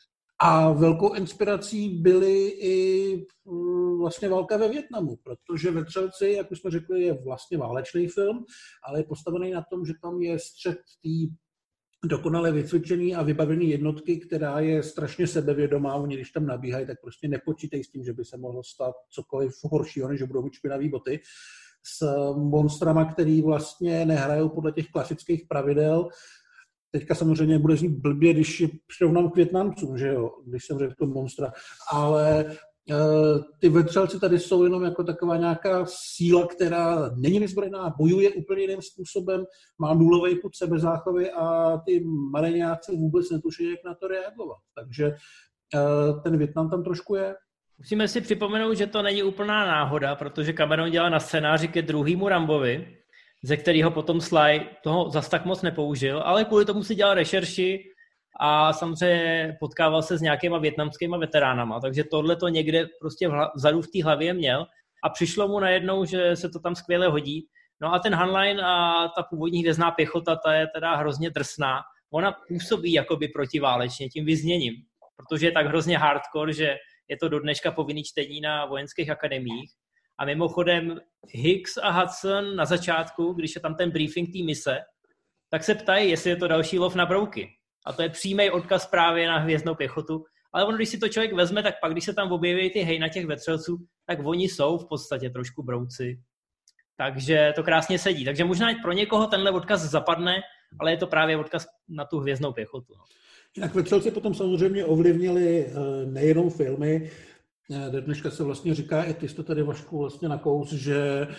A velkou inspirací byly i vlastně válka ve Vietnamu, protože Vetřelci, jak už jsme řekli, je vlastně válečný film, ale je postavený na tom, že tam je střed té dokonale vycvičený a vybavený jednotky, která je strašně sebevědomá. Oni, když tam nabíhají, tak prostě nepočítají s tím, že by se mohlo stát cokoliv horšího, než že budou mít špinavý boty. S monstrama, který vlastně nehrajou podle těch klasických pravidel. Teďka samozřejmě bude znít blbě, když je přirovnám k Vietnamcům, že jo, když jsem řekl monstra, ale uh, ty Vetřelci tady jsou jenom jako taková nějaká síla, která není vyzbrojená, bojuje úplně jiným způsobem, má nulový pud sebezáchovy a ty mariňáci vůbec netuší, jak na to reagovat. Takže uh, ten Vietnam tam trošku je.
Musíme si připomenout, že to není úplná náhoda, protože Cameron dělal na scénáři ke druhému Rambovi, ze kterého potom Sly toho zas tak moc nepoužil, ale kvůli tomu si dělal rešerši a samozřejmě potkával se s nějakýma vietnamskýma veteránama, takže tohle to někde prostě vzadu v té hlavě měl a přišlo mu najednou, že se to tam skvěle hodí. No a ten Heinlein a ta původní Hvězdná pěchota, ta je teda hrozně drsná. Ona působí jakoby protiválečně tím vyzněním, protože je tak hrozně hardcore, že je to do dneška povinný čtení na vojenských akademiích. A mimochodem Hicks a Hudson na začátku, když je tam ten briefing té mise, tak se ptají, jestli je to další lov na brouky. A to je přímý odkaz právě na Hvězdnou pěchotu. Ale ono, když si to člověk vezme, tak pak, když se tam objeví ty hejna těch vetřelců, tak oni jsou v podstatě trošku brouci. Takže to krásně sedí. Takže možná pro někoho tenhle odkaz zapadne, ale je to právě odkaz na tu Hvězdnou pěchotu.
Jinak vetřelci potom samozřejmě ovlivnili nejenom filmy. Dneška se vlastně říká, i ty jste tady, Vašku, vlastně nakous, že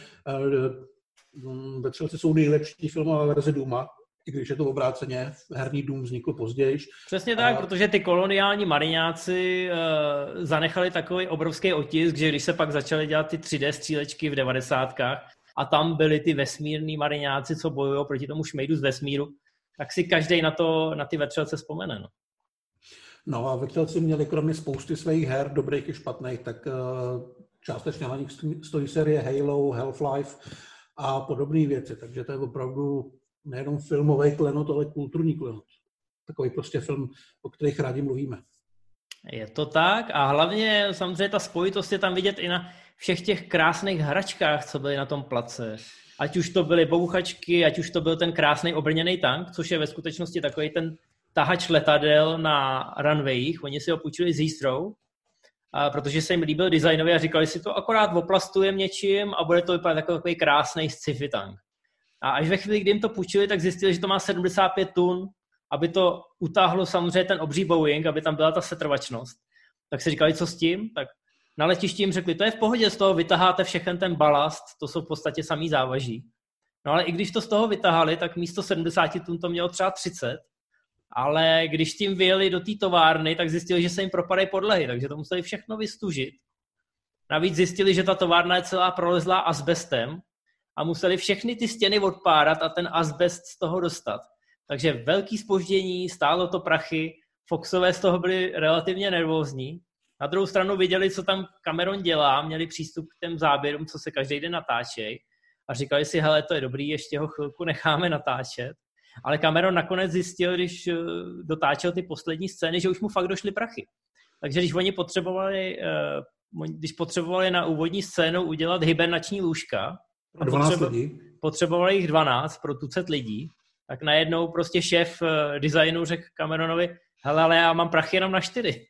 Vetřelci jsou nejlepší filmová verze Duma, i když je to obráceně, herní Dům vznikl později.
Přesně tak, a... protože ty koloniální mariňáci uh, zanechali takový obrovský otisk, že když se pak začaly dělat ty tři dé střílečky v devadesátkách a tam byli ty vesmírní mariňáci, co bojují proti tomu šmejdu z vesmíru, tak si každej na to, na ty Vetřelce vzpomene. No.
No a Vetřelci měli kromě spousty svých her, dobrých i špatných, tak uh, částečně na nich stojí série Halo, Half-Life a podobné věci. Takže to je opravdu nejenom filmový klenot, ale kulturní klenot. Takový prostě film, o kterých rádi mluvíme.
Je to tak a hlavně samozřejmě ta spojitost je tam vidět i na všech těch krásných hračkách, co byly na tom place. Ať už to byly bouchačky, ať už to byl ten krásný obrněný tank, což je ve skutečnosti takový ten tahač letadel na runwayích. Oni si ho půjčili z Heathrow, a protože se jim líbil designově a říkali si to akorát oplastujeme něčím a bude to vypadat jako takový krásný sci-fi tank. A až ve chvíli, kdy jim to půjčili, tak zjistili, že to má sedmdesát pět tun, aby to utáhlo samozřejmě ten obří Boeing, aby tam byla ta setrvačnost. Tak si říkali, co s tím? Tak na letišti jim řekli, to je v pohodě, z toho vytaháte všechen ten balast, to jsou v podstatě samý závaží. No ale i když to z toho vytahali, tak místo sedmdesát tun to mělo třeba třicet, ale když tím vyjeli do té továrny, tak zjistili, že se jim propadají podlahy, takže to museli všechno vystužit. Navíc zjistili, že ta továrna je celá prolezlá asbestem a museli všechny ty stěny odpárat a ten asbest z toho dostat. Takže velký zpoždění, stálo to prachy, Foxové z toho byli relativně nervózní. Na druhou stranu viděli, co tam Cameron dělá, měli přístup k těm záběrům, co se každý den natáčejí a říkali si, hele, to je dobrý, ještě ho chvilku necháme natáčet. Ale Cameron nakonec zjistil, když dotáčel ty poslední scény, že už mu fakt došly prachy. Takže když oni potřebovali, když potřebovali na úvodní scénu udělat hibernační lůžka,
potřebovali,
potřebovali jich dvanáct pro tucet lidí, tak najednou prostě šéf designu řekl Cameronovi, hele, ale já mám prachy jenom na čtyři.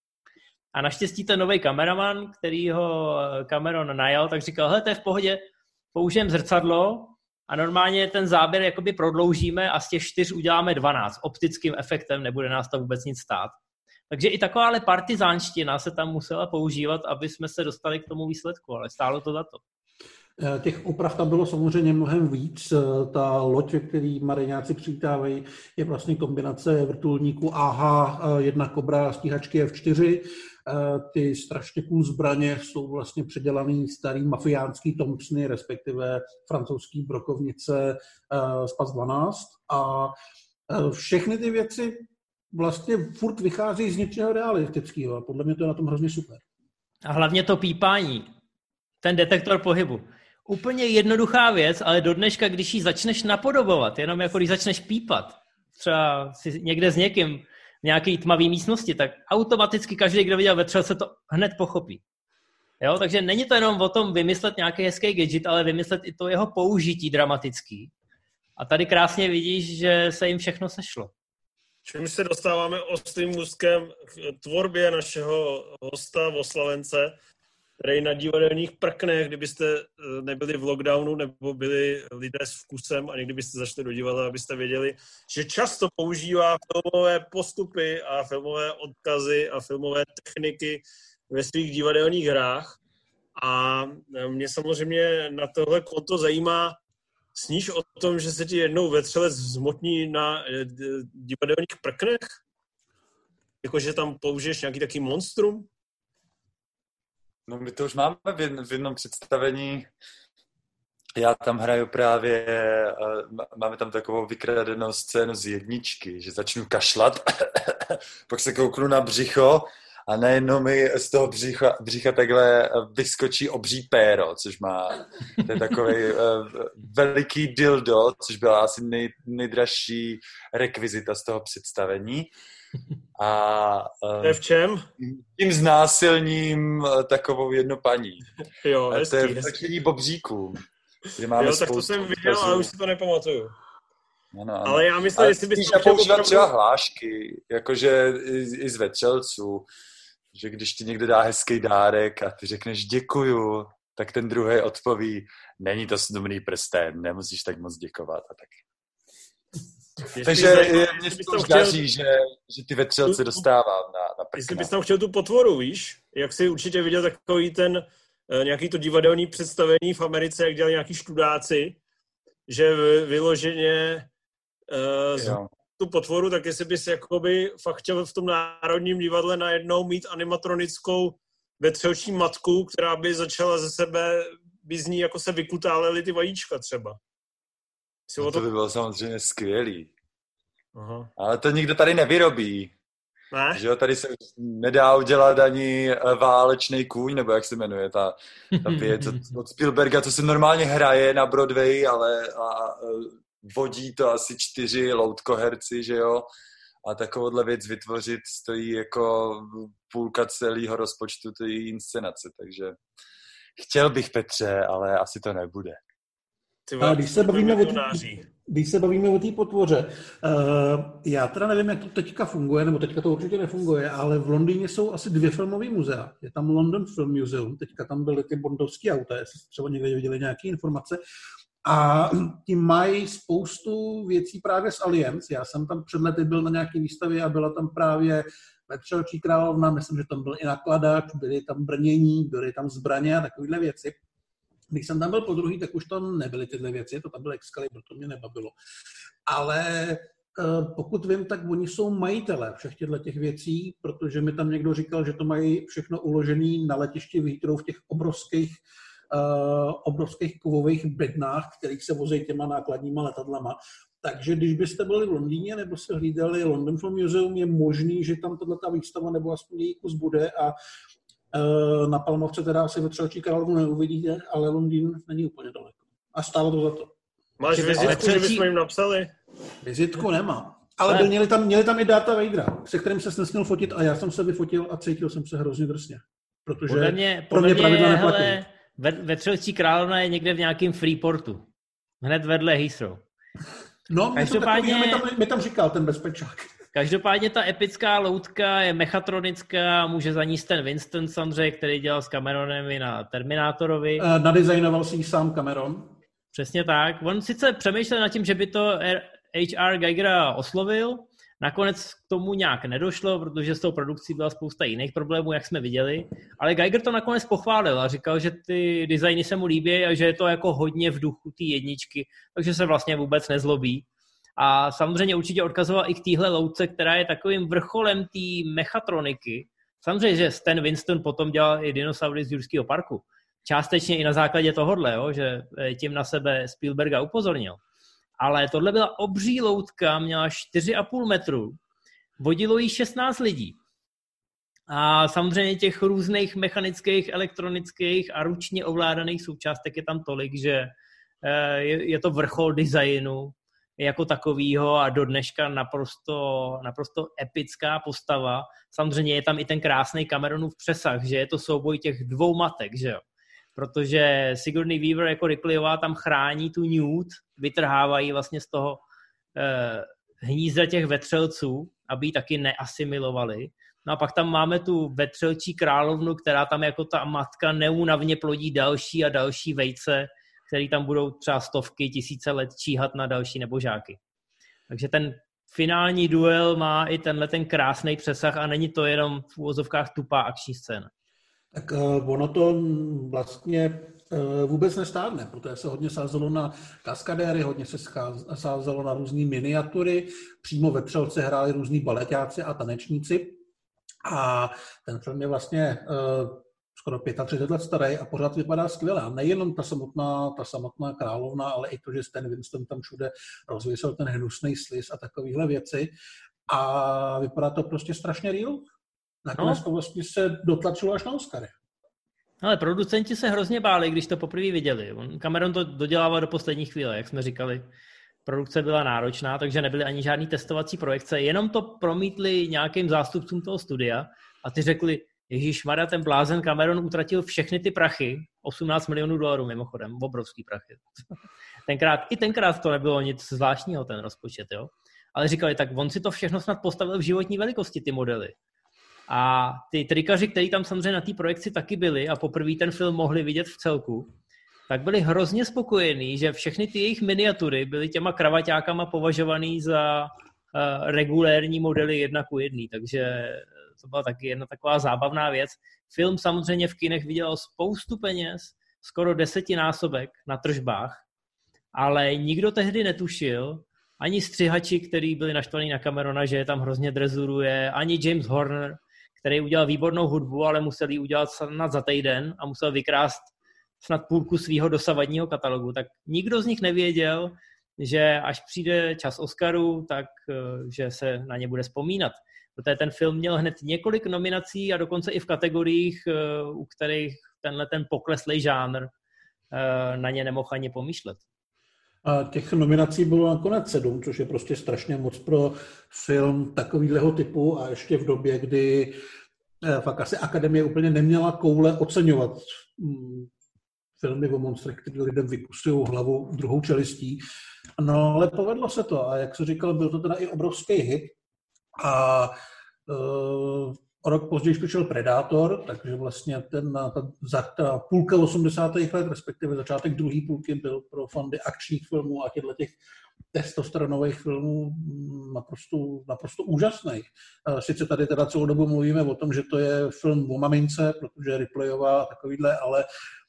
A naštěstí ten nový kameraman, který ho Cameron najal, tak říkal, hele, to je v pohodě, použijeme zrcadlo a normálně ten záběr jakoby prodloužíme a z těch čtyř uděláme dvanáct. Optickým efektem nebude nás to vůbec nic stát. Takže i takováhle partizánština se tam musela používat, aby jsme se dostali k tomu výsledku, ale stálo to za to.
Těch oprav tam bylo samozřejmě mnohem víc. Ta loď, ve který mariňáci přijítávají, je vlastně kombinace vrtulníků A H jedna Cobra, stíhačky F čtyři. Ty strašně cool zbraně jsou vlastně předělaný starý mafiánský Thompsony, respektive francouzský brokovnice Spas dvanáct. A Všechny ty věci vlastně furt vychází z něčeho realistického a podle mě to je na tom hrozně super.
A hlavně to pípání. Ten detektor pohybu. Úplně jednoduchá věc, ale do dneška, když ji začneš napodobovat, jenom jako když začneš pípat, třeba si někde s někým v nějaký tmavý místnosti, tak automaticky každý, kdo viděl vetřelce, to hned pochopí. Jo? Takže není to jenom o tom vymyslet nějaký hezký gadget, ale vymyslet i to jeho použití dramatický. A tady krásně vidíš, že se jim všechno sešlo.
Čím se dostáváme ostrým můstkem k tvorbě našeho hosta, oslavence, který na divadelních prknech, kdybyste nebyli v lockdownu nebo byli lidé s vkusem a někdy byste zašli do divadla, abyste věděli, že často používá filmové postupy a filmové odkazy a filmové techniky ve svých divadelních hrách. A mě samozřejmě na tohle konto zajímá, sníš o tom, že se ti jednou vetřelec zmotní na divadelních prknech? Jakože tam použiješ nějaký taký monstrum?
No my to už máme v, jedn, v jednom představení. Já tam hraju právě, máme tam takovou vykradenou scénu z jedničky, že začnu kašlat, pak se kouknu na břicho a najednou mi z toho břicha, břicha takhle vyskočí obří péro, což má, to je takový uh, veliký dildo, což byla asi nej, nejdražší rekvizita z toho představení. A uh,
to je v čem?
Tím znásilním uh, takovou jednu paní.
Jo, hezký,
to je v
hezký.
Tačení bobříků. Máme
jo, tak to jsem viděl, ale už si to nepamatuju.
Ano, ano.
Ale já myslím, jestli bys
to používat opravdu... třeba hlášky, jakože i, i z vetřelců, že když ti někdo dá hezký dárek a ty řekneš děkuju, tak ten druhý odpoví, není to snubný prsten, nemusíš tak moc děkovat a tak. Jestli Takže mě to už chtěl... daří, že, že ty vetřelce dostávám na, na prkna.
Jestli bys tam chtěl tu potvoru, víš, jak jsi určitě viděl takový ten nějaký to divadelní představení v Americe, jak dělali nějaký študáci, že vyloženě uh, tu potvoru, tak jestli bys jakoby fakt chtěl v tom Národním divadle najednou mít animatronickou vetřelčí matku, která by začala ze sebe, by z ní jako se vykutálely ty vajíčka třeba.
No to by bylo samozřejmě skvělý.
Aha.
Ale to nikdo tady nevyrobí.
Ne?
Že jo, tady se nedá udělat ani válečný kůň, nebo jak se jmenuje ta, ta věc od Spielberga, co se normálně hraje na Broadway, ale a, a, vodí to asi čtyři loutkoherci, že jo, a takovouhle věc vytvořit stojí jako půlka celého rozpočtu té inscenace, takže chtěl bych, Petře, ale asi to nebude.
A když se bavíme o tý, když se bavíme o té potvoře, uh, já teda nevím, jak to teďka funguje, nebo teďka to určitě nefunguje, ale v Londýně jsou asi dvě filmové muzea. Je tam London Film Museum, teďka tam byly ty bondovský auta, jestli třeba někde viděli nějaké informace. A tím mají spoustu věcí právě z Alliance. Já jsem tam před lety byl na nějaké výstavě a byla tam právě Vetřelčí královna, myslím, že tam byl i nakladač, byly tam brnění, byly tam zbraně a takovéhle věci. Když jsem tam byl po druhý, tak už tam nebyly tyhle věci, to tam byl Excalibur, to mě nebavilo. Ale pokud vím, tak oni jsou majitelé všech těchto těch věcí, protože mi tam někdo říkal, že to mají všechno uložené na letišti v Heathrow v těch obrovských, uh, obrovských kovových bednách, kterých se vozí těma nákladníma letadlama. Takže když byste byli v Londýně nebo se hlídali London Film Museum, je možný, že tam tato výstava nebo aspoň její kus bude a na Palmovce teda asi Vetřelčí královnu neuvidíte, ale Londýn není úplně daleko. A stálo to za to.
Máš vizitku, že bychom jim napsali?
Vizitku nemám. Ale byl, měli, tam, měli tam i Dartha Vadera, se kterým se nesměl fotit a já jsem se vyfotil a cítil jsem se hrozně drsně. Protože
podle mě,
pro mě pravidla neplatí.
Hele, Vetřelčí královna je někde v nějakém Freeportu. Hned vedle Heathrow.
No, Každopádně... mi, tam, mi tam říkal ten bezpečák.
Každopádně ta epická loutka je mechatronická, může za ní ten Winston samozřejmě, který dělal s Cameronem i na Terminátorovi.
Uh, nadizajnoval si ji sám Cameron.
Přesně tak. On sice přemýšlel nad tím, že by to H R Geigera oslovil, nakonec k tomu nějak nedošlo, protože s tou produkcí byla spousta jiných problémů, jak jsme viděli, ale Geiger to nakonec pochválil a říkal, že ty designy se mu líbí a že je to jako hodně v duchu té jedničky, takže se vlastně vůbec nezlobí. A samozřejmě určitě odkazoval i k téhle loutce, která je takovým vrcholem té mechatroniky. Samozřejmě, že Stan Winston potom dělal i dinosaury z Jurského parku. Částečně i na základě tohohle, jo, že tím na sebe Spielberga upozornil. Ale tohle byla obří loutka, měla čtyři a půl metru, vodilo jí šestnáct lidí. A samozřejmě těch různých mechanických, elektronických a ručně ovládaných součástek je tam tolik, že je to vrchol designu jako takovýho a do dneška naprosto, naprosto epická postava. Samozřejmě je tam i ten krásný Cameronův přesah, že je to souboj těch dvou matek, že jo. Protože Sigourney Weaver jako Ripleyová tam chrání tu Newt, vytrhávají vlastně z toho eh, hnízda těch vetřelců, aby ji taky neasimilovali. No a pak tam máme tu vetřelčí královnu, která tam jako ta matka neúnavně plodí další a další vejce, který tam budou třeba stovky, tisíce let číhat na další nebožáky. Takže ten finální duel má i tenhle ten krásný přesah a není to jenom v úvozovkách tupá akční scéna.
Tak uh, ono to vlastně uh, vůbec nestárne, protože se hodně sázelo na kaskadéry, hodně se sázelo na různý miniatury, přímo ve Třelce hráli různí baletáci a tanečníci a ten film je vlastně uh, skoro třicet pět let starý a pořád vypadá skvěle. A nejenom ta samotná, ta samotná královna, ale i to, že Stan Winston tam všude rozvěsil ten hnusný sliz a takovéhle věci. A vypadá to prostě strašně real. Nakonec no. To vlastně se dotlačilo až na Oscary.
Ale producenti se hrozně báli, když to poprvé viděli. Cameron to dodělával do poslední chvíle, jak jsme říkali. Produkce byla náročná, takže nebyly ani žádný testovací projekce. Jenom to promítli nějakým zástupcům toho studia a ty řekli, ježišmarja, ten blázen Cameron utratil všechny ty prachy, osmnáct milionů dolarů mimochodem, obrovský prachy. Tenkrát, i tenkrát to nebylo nic zvláštního, ten rozpočet, jo. Ale říkali, tak on si to všechno snad postavil v životní velikosti, ty modely. A ty trikaři, kteří tam samozřejmě na té projekci taky byli a poprvé ten film mohli vidět v celku, tak byli hrozně spokojení, že všechny ty jejich miniatury byly těma kravaťákama považovaný za uh, regulérní modely jedna ku jedný, takže to byla taky jedna taková zábavná věc. Film samozřejmě v kinech vydělal spoustu peněz, skoro desetinásobek na tržbách, ale nikdo tehdy netušil, ani střihači, kteří byli naštvaní na Camerona, že je tam hrozně drezuruje, ani James Horner, který udělal výbornou hudbu, ale musel ji udělat snad za týden a musel vykrást snad půlku svého dosavadního katalogu. Tak nikdo z nich nevěděl, že až přijde čas Oscaru, tak že se na ně bude vzpomínat. Protože ten film měl hned několik nominací a dokonce i v kategoriích, u kterých tenhle ten pokleslej žánr na ně nemohl ani pomýšlet.
A těch nominací bylo nakonec sedm, což je prostě strašně moc pro film takovýhleho typu a ještě v době, kdy fakt asi Akademie úplně neměla koule oceňovat filmy o monstrech, které lidem vykusují hlavu druhou čelistí. No ale povedlo se to a jak se říkal, byl to teda i obrovský hit a uh, o rok později přišel Predátor, takže vlastně ten, ta, ta půlka osmdesátých let, respektive začátek druhé půlky byl pro fandy akčních filmů a těchto těch testosteronových filmů naprosto, naprosto úžasný. Sice tady teda celou dobu mluvíme o tom, že to je film o mamince, protože Ripleyová a takovýhle, ale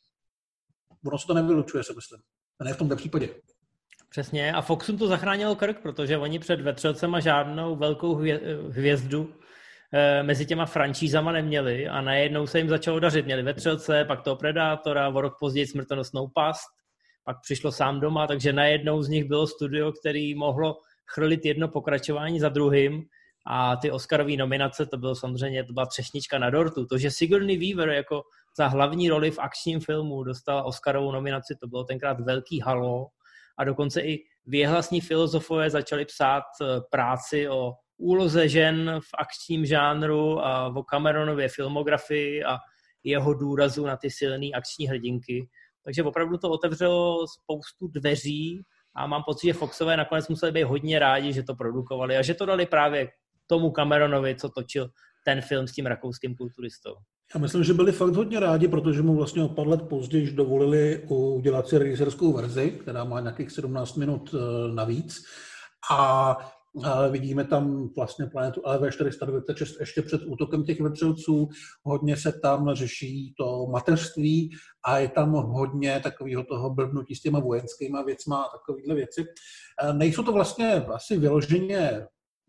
ono se to nevylučuje, se myslím. A ne v tomto případě.
Přesně. A Foxům to zachránilo krk, protože oni před Vetřelcema žádnou velkou hvězdu mezi těma franšízama neměli a najednou se jim začalo dařit. Měli Vetřelce, pak toho Predátora, o rok později Smrtonosnou past, pak přišlo Sám doma, takže najednou z nich bylo studio, který mohlo chrlit jedno pokračování za druhým a ty Oscarové nominace, to bylo samozřejmě, to byla třešnička na dortu. To, že Sigourney Weaver jako za hlavní roli v akčním filmu dostala Oscarovou nominaci, to bylo tenkrát velký halo a dokonce i věhlasní filozofové začali psát práci o úloze žen v akčním žánru a o Cameronově filmografii a jeho důrazu na ty silné akční hrdinky. Takže opravdu to otevřelo spoustu dveří a mám pocit, že Foxové nakonec museli být hodně rádi, že to produkovali a že to dali právě tomu Cameronovi, co točil ten film s tím rakouským kulturistou.
Já myslím, že byli fakt hodně rádi, protože mu vlastně o pár let později dovolili udělat si režisérskou verzi, která má nějakých sedmnáct minut navíc. A vidíme tam vlastně planetu L V čtyři sta dvacet šest ještě před útokem těch vetřelců. Hodně se tam řeší to mateřství a je tam hodně takového toho blbnutí s těma vojenskýma věcma a takovýhle věci. Nejsou to vlastně asi vyloženě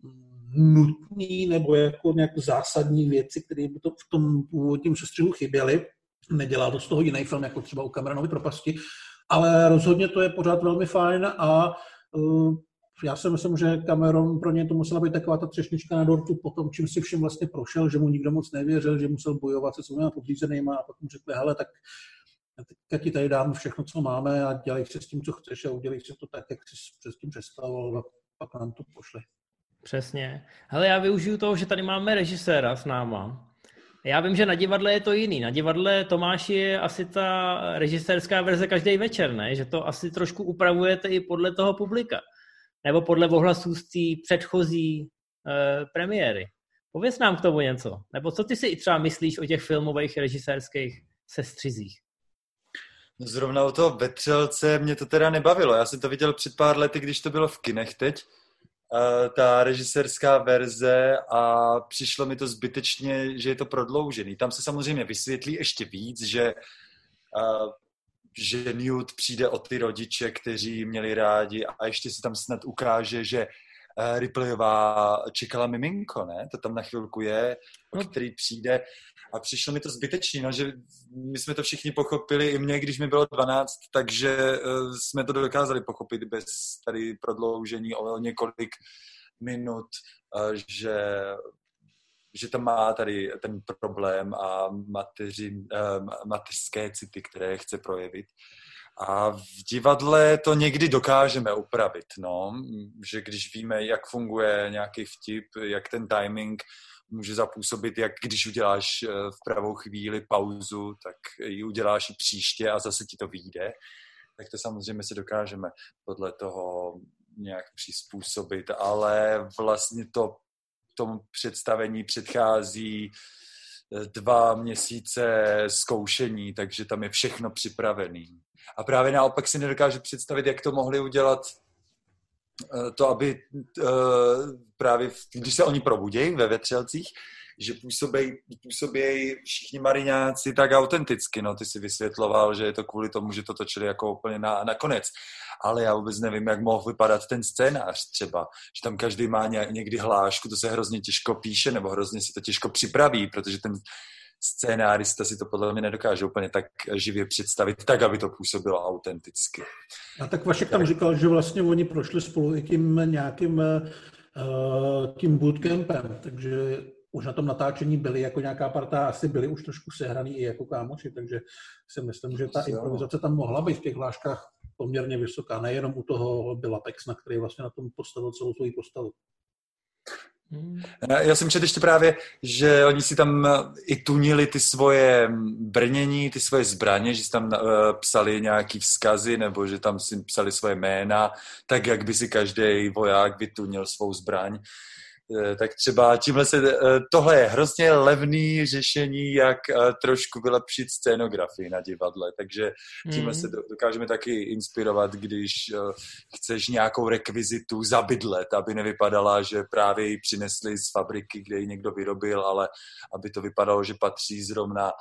nutný nebo jako nějak zásadní věci, které by to v tom původním sestřihu chyběly. Nedělá to z toho jiný film, jako třeba u Cameronovy propasti, ale rozhodně to je pořád velmi fajn a Já si myslím, že Cameron pro ně to musela být taková ta třešnička na dortu po tom, čím si všem vlastně prošel, že mu nikdo moc nevěřil, že musel bojovat se svými podřízenýma a pak mu řekli, hele, tak teďka ti tady dám všechno, co máme a dělej si s tím, co chceš a udělej si to tak, jak jsi předtím představoval a pak nám to pošli.
Přesně. Hele, já využiju toho, že tady máme režiséra s náma. Já vím, že na divadle je to jiný. Na divadle Tomáši je asi ta režisérská verze každý večer, ne? Že to asi trošku upravujete i podle toho publika. Nebo podle ohlasů z té předchozí eh, premiéry. Pověz nám k tomu něco. Nebo co ty si třeba myslíš o těch filmových režisérských sestřizích?
No zrovna o toho Vetřelce mě to teda nebavilo. Já jsem to viděl před pár lety, když to bylo v kinech teď. Ta režisérská verze a přišlo mi to zbytečně, že je to prodloužený. Tam se samozřejmě vysvětlí ještě víc, že, že Newt přijde o ty rodiče, kteří měli rádi a ještě se tam snad ukáže, že Ripleyová čekala miminko, ne? To tam na chvilku je, o který přijde. A přišlo mi to zbytečný, no, že my jsme to všichni pochopili, i mě, když mi bylo dvanáct, takže uh, jsme to dokázali pochopit bez tady prodloužení o, o několik minut, uh, že, že tam má tady ten problém a mateři, uh, mateřské city, které chce projevit. A v divadle to někdy dokážeme upravit, no, že když víme, jak funguje nějaký vtip, jak ten timing může zapůsobit, jak když uděláš v pravou chvíli pauzu, tak ji uděláš i příště a zase ti to vyjde. Tak to samozřejmě si dokážeme podle toho nějak přizpůsobit, ale vlastně to tomu představení předchází dva měsíce zkoušení, takže tam je všechno připravený. A právě naopak si nedokážu představit, jak to mohli udělat to, aby právě, když se oni probudějí ve Vetřelcích, že působí, působí všichni mariňáci tak autenticky. No, ty si vysvětloval, že je to kvůli tomu, že to točili jako úplně na, na konec. Ale já vůbec nevím, jak mohl vypadat ten scénář třeba. Že tam každý má někdy hlášku, to se hrozně těžko píše, nebo hrozně se to těžko připraví, protože ten scénárista si to podle mě nedokáže úplně tak živě představit, tak, aby to působilo autenticky.
A tak Vašek tam říkal, že vlastně oni prošli spolu i tím nějakým uh, tím bootcampem, takže už na tom natáčení byli jako nějaká parta, asi byli už trošku sehraný i jako kámoši, takže si myslím, že ta improvizace tam mohla být v těch hláškách poměrně vysoká, nejenom u toho Billa Paxtona, který vlastně na tom postavil celou svou postavu.
Já jsem četl ještě právě, že oni si tam i tunili ty svoje brnění, ty svoje zbraně, že si tam psali nějaký vzkazy, nebo že tam si psali svoje jména, tak jak by si každý voják vytunil svou zbraň. Tak třeba tímhle se, tohle je hrozně levný řešení, jak trošku vylepšit scénografii na divadle, takže tímhle se dokážeme taky inspirovat, když chceš nějakou rekvizitu zabydlet, aby nevypadala, že právě ji přinesli z fabriky, kde ji někdo vyrobil, ale aby to vypadalo, že patří zrovna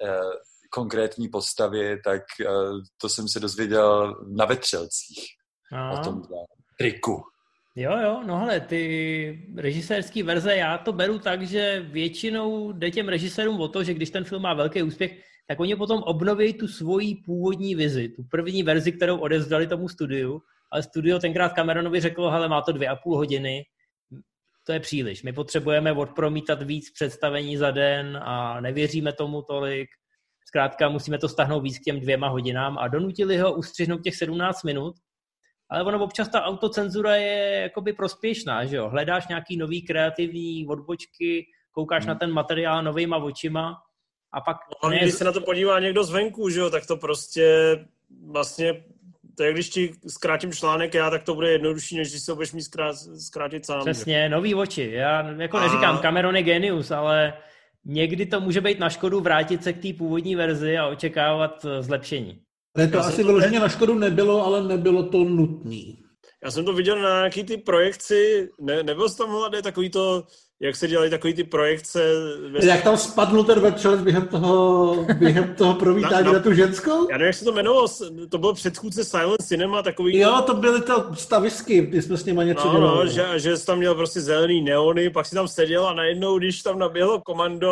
konkrétní postavě, tak to jsem se dozvěděl na Vetřelcích. Aha. O tom triku.
Jo, jo, no hele, ty režisérský verze, já to beru tak, že většinou jde těm režisérům o to, že když ten film má velký úspěch, tak oni potom obnoví tu svoji původní vizi, tu první verzi, kterou odevzdali tomu studiu, ale studio tenkrát Cameronovi řeklo, hele, má to dvě a půl hodiny, to je příliš, my potřebujeme odpromítat víc představení za den a nevěříme tomu tolik, zkrátka musíme to stáhnout víc k těm dvěma hodinám a donutili ho ustřihnout těch sedmnáct minut. Ale ono občas ta autocenzura je jakoby prospěšná, že jo? Hledáš nějaký nový kreativní odbočky, koukáš hmm. na ten materiál novejma očima a pak...
No, ne... Když se na to podívá někdo zvenku, že jo, tak to prostě vlastně, to je, když ti zkrátím článek já, tak to bude jednodušší, než když se budeš mít zkrát, zkrátit sám.
Přesně, že? Nový oči. Já jako a... neříkám, Cameron je genius, ale někdy to může být na škodu vrátit se k té původní verzi a očekávat zlepšení.
Ne, to já asi vyloženě na škodu nebylo, ale nebylo to nutný.
Já jsem to viděl na nějaký ty projekci, ne, nebyl jsi tam hladý takový to, jak se dělají takový ty projekce. Ve...
Jak tam spadl ten Vetřelec během toho, během toho provítání na, na, na tu ženskou?
Já nevím, jak se to jmenovalo, to byl předchůdce Silent Cinema, takový...
Jo, to byly to stavisky, když jsme s nimi něco
no,
dělali.
No, že, že jsi tam měl prostě zelený neony, pak si tam seděl a najednou, když tam naběhlo komando,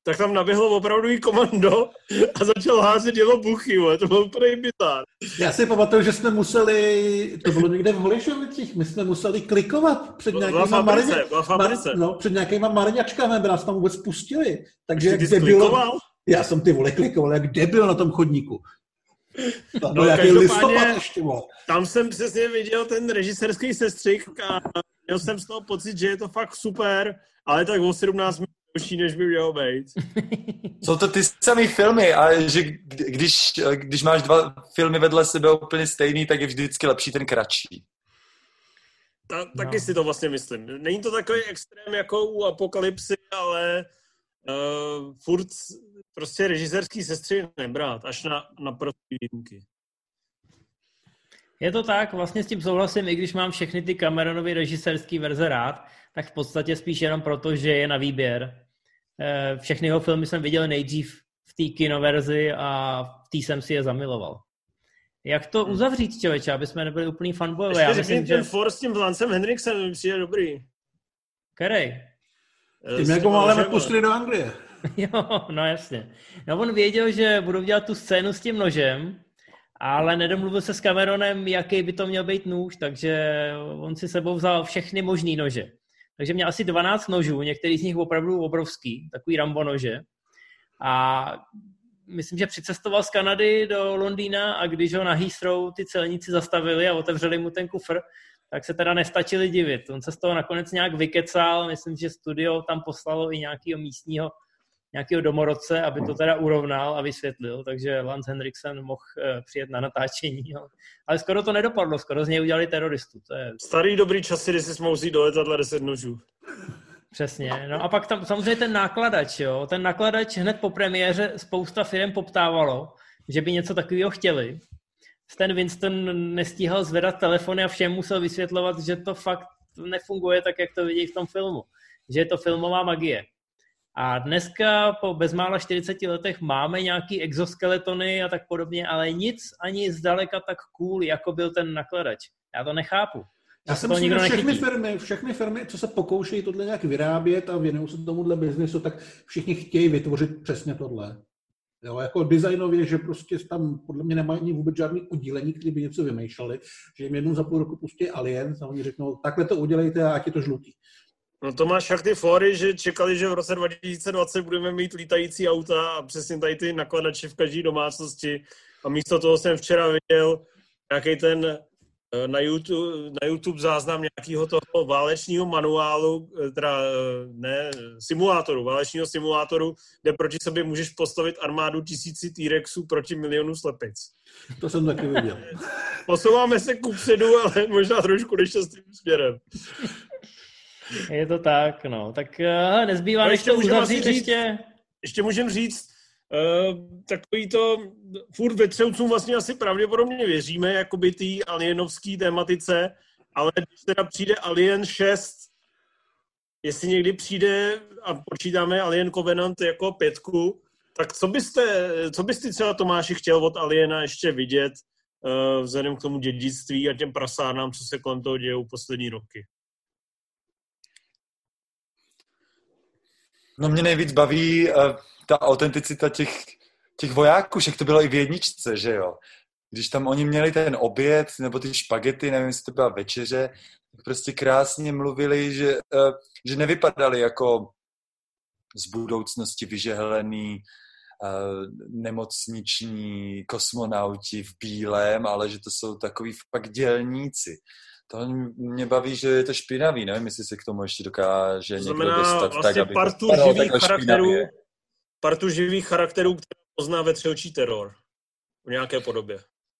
tak tam naběhlo opravdový komando a začal házet dělobuchy, to bylo úplně bizár.
Já si pamatuju, že jsme museli, to bylo někde v Holišovicích, my jsme museli klikovat před nějakýma, marně, mar, no, před nějakýma marňačkami, aby nás tam vůbec pustili. Takže jak debil, já jsem ty vole klikoval, jak debil na tom chodníku. Tam
no,
nějaký listopad ještě, vole.
Tam jsem přesně viděl ten režisérský sestřih a měl jsem z toho pocit, že je to fakt super, ale tak o sedmnáct minut další, než by mělo být.
Jsou to ty samé filmy a že když, když máš dva filmy vedle sebe úplně stejný, tak je vždycky lepší ten kratší.
Ta, taky no. si to vlastně myslím. Není to takový extrém jako u Apokalypsy, ale uh, furt prostě režisérský sestřih nebrát, až na, na prostý výjimky.
Je to tak, vlastně s tím souhlasím, i když mám všechny ty Cameronovy režisérský verze rád, tak v podstatě spíš jenom proto, že je na výběr. Všechny jeho filmy jsem viděl nejdřív v té kinoverzi a v té jsem si je zamiloval. Jak to uzavřít, člověče, aby jsme nebyli úplný fanboyové?
Ještě řekni ten že... For s tím Lancem Henriksem, mi přijde dobrý.
Který?
Tím jako máme pustili do Anglie.
Jo, no jasně. No on věděl, že budou dělat tu scénu s tím nožem, ale nedomluvil se s Cameronem, jaký by to měl být nůž, takže on si sebou vzal všechny možný nože. Takže měl asi dvanáct nožů, některý z nich opravdu obrovský, takový Rambo nože. A myslím, že přicestoval z Kanady do Londýna a když ho na Heathrow ty celníci zastavili a otevřeli mu ten kufr, tak se teda nestačili divit. On se z toho nakonec nějak vykecal, myslím, že studio tam poslalo i nějakého místního nějakého domorodce, aby to teda urovnal a vysvětlil, takže Lance Henriksen mohl přijet na natáčení. Jo. Ale skoro to nedopadlo, skoro z něj udělali teroristu. To je...
Starý dobrý časy, kdy si mohl do letadla deset nožů.
Přesně. No a pak tam samozřejmě ten nákladač, jo. Ten nákladač hned po premiéře spousta firm poptávalo, že by něco takového chtěli. Ten Winston nestíhal zvedat telefony a všem musel vysvětlovat, že to fakt nefunguje tak, jak to vidí v tom filmu. Že je to filmová magie. A dneska po bezmála čtyřiceti letech máme nějaký exoskeletony a tak podobně, ale nic ani zdaleka tak cool, jako byl ten nakladač. Já to nechápu.
Já jsem si všechny firmy, všechny firmy, co se pokoušejí tohle nějak vyrábět a věnují se tomuhle biznesu, tak všichni chtějí vytvořit přesně tohle. Jo, jako designově, že prostě tam podle mě nemají vůbec žádný udílení, který by něco vymýšleli, že jim jednou za půl roku pustí Alien a oni řeknou, takhle to udělejte a ať je to žlutý.
No to máš jak ty fóry, že čekali, že v roce dva tisíce dvacet budeme mít lítající auta a přesně tady ty nakladače v každé domácnosti. A místo toho jsem včera viděl nějaký ten na YouTube, na YouTube záznam nějakého toho válečního manuálu, teda ne, simulátoru, válečního simulátoru, kde proti sobě můžeš postavit armádu tisíci T-Rexů proti milionu slepic.
To jsem taky viděl.
Posouváme se kupředu, ale možná trošku nešťastným směrem.
Je to tak, no. Tak uh, nezbývá, než to uzavřít ještě...
Ještě můžem říct, uh, takový to, furt vetřelcům vlastně asi pravděpodobně věříme, jakoby té alienovské tématice, ale když teda přijde Alien šest, jestli někdy přijde a počítáme Alien Covenant jako pětku, tak co byste, co byste třeba Tomáši chtěl od Aliena ještě vidět uh, vzhledem k tomu dědictví a těm prasárnám, co se kolem toho dějou poslední roky?
No mě nejvíc baví uh, ta autenticita těch, těch vojáků, však to bylo i v jedničce, že jo. Když tam oni měli ten oběd, nebo ty špagety, nevím, jestli to byla večeře, tak prostě krásně mluvili, že, uh, že nevypadali jako z budoucnosti vyžehlený uh, nemocniční kosmonauti v bílém, ale že to jsou takový fakt dělníci. To mě baví, že je to špinavý, nevím, jestli se k tomu ještě dokáže někdo dostat.
Vlastně
tak, aby
partu živých charakterů, partu živých charakterů, které pozná vetřelčí teror v nějaké podobě.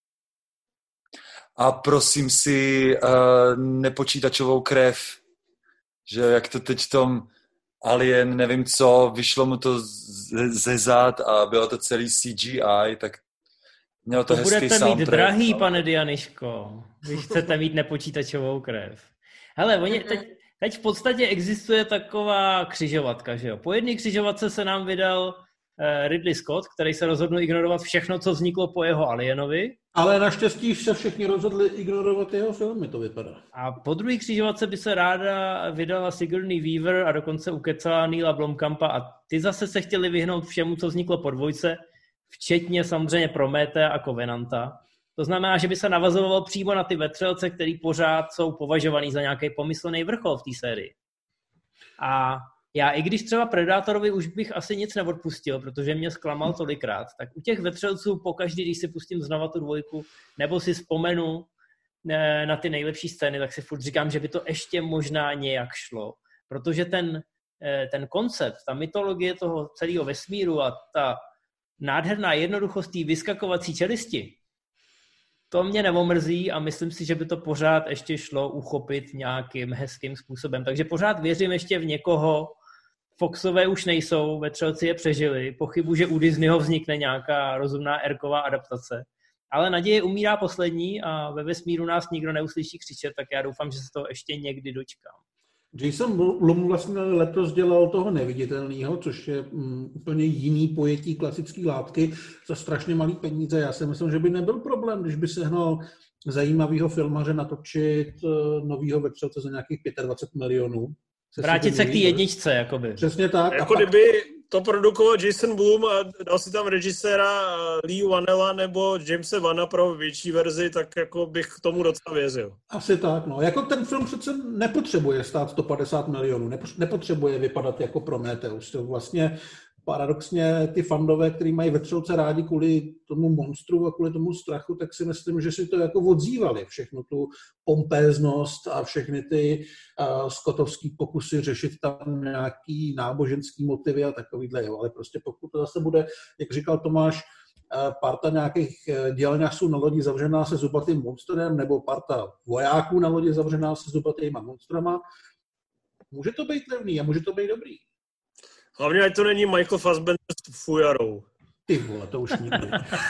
A prosím si uh, nepočítačovou krev, že jak to teď v tom Alien, nevím co, vyšlo mu to ze, ze zad a bylo to celý C G I, tak mělo to, to hezký
budete
soundtrack.
Mít drahý, pane Dianiško, když chcete mít nepočítačovou krev. Hele, oni, teď, teď v podstatě existuje taková křižovatka, že jo. Po jedné křižovatce se nám vydal Ridley Scott, který se rozhodl ignorovat všechno, co vzniklo po jeho Alienovi.
Ale naštěstí se všichni rozhodli ignorovat jeho filmy, to vypadá.
A po druhé křižovatce by se ráda vydala Sigourney Weaver a dokonce ukecala Neila Blomkampa a ty zase se chtěli vyhnout všemu, co vzniklo po dvojce, včetně samozřejmě Prometea a Covenanta. To znamená, že by se navazovalo přímo na ty vetřelce, který pořád jsou považovaný za nějaký pomyslný vrchol v té sérii. A já i když třeba Predátorovi už bych asi nic neodpustil, protože mě zklamal tolikrát, tak u těch vetřelců pokaždý, když si pustím znova tu dvojku, nebo si vzpomenu na ty nejlepší scény, tak si furt říkám, že by to ještě možná nějak šlo. Protože ten, ten koncept, ta mytologie toho celého vesmíru a ta nádherná jednoduchost té vyskakovací čelisti, to mě neomrzí a myslím si, že by to pořád ještě šlo uchopit nějakým hezkým způsobem. Takže pořád věřím ještě v někoho. Foxové už nejsou, vetřelci je přežili. Pochybuji, že u Disneyho vznikne nějaká rozumná erková adaptace. Ale naděje umírá poslední a ve vesmíru nás nikdo neuslyší křičet, tak já doufám, že se toho ještě někdy dočkám.
Jason Blum vlastně letos dělal toho Neviditelného, což je um, úplně jiný pojetí klasické látky za strašně malý peníze. Já si myslím, že by nebyl problém, když by sehnal zajímavého filmaře natočit uh, novýho vetřelce za nějakých dvacet pět milionů. Se
Vrátit se k té jedničce, jakoby.
Přesně tak.
Jako kdyby to produkoval Jason Blum a dal si tam režiséra Lee Whannella nebo Jamese Vana pro větší verzi, tak jako bych tomu docela věřil.
Asi tak, no. Jako ten film přece nepotřebuje stát sto padesát milionů, nepotřebuje vypadat jako Prometheus. To vlastně paradoxně ty fandové, kteří mají vetřelce rádi kvůli tomu monstru a kvůli tomu strachu, tak si myslím, že si to jako odzývali. Všechno tu pompéznost a všechny ty uh, scottovský pokusy řešit tam nějaký náboženský motivy a takovýhle. Jo. Ale prostě pokud to zase bude, jak říkal Tomáš, uh, parta nějakých uh, dělňasů na lodi zavřená se zubatým monstrem nebo parta vojáků na lodi zavřená se zubatýma monstrama, může to být levný a může to být dobrý.
Hlavně, ať to není Michael Fassbender s fujarou.
Ty vole, to už nikdy.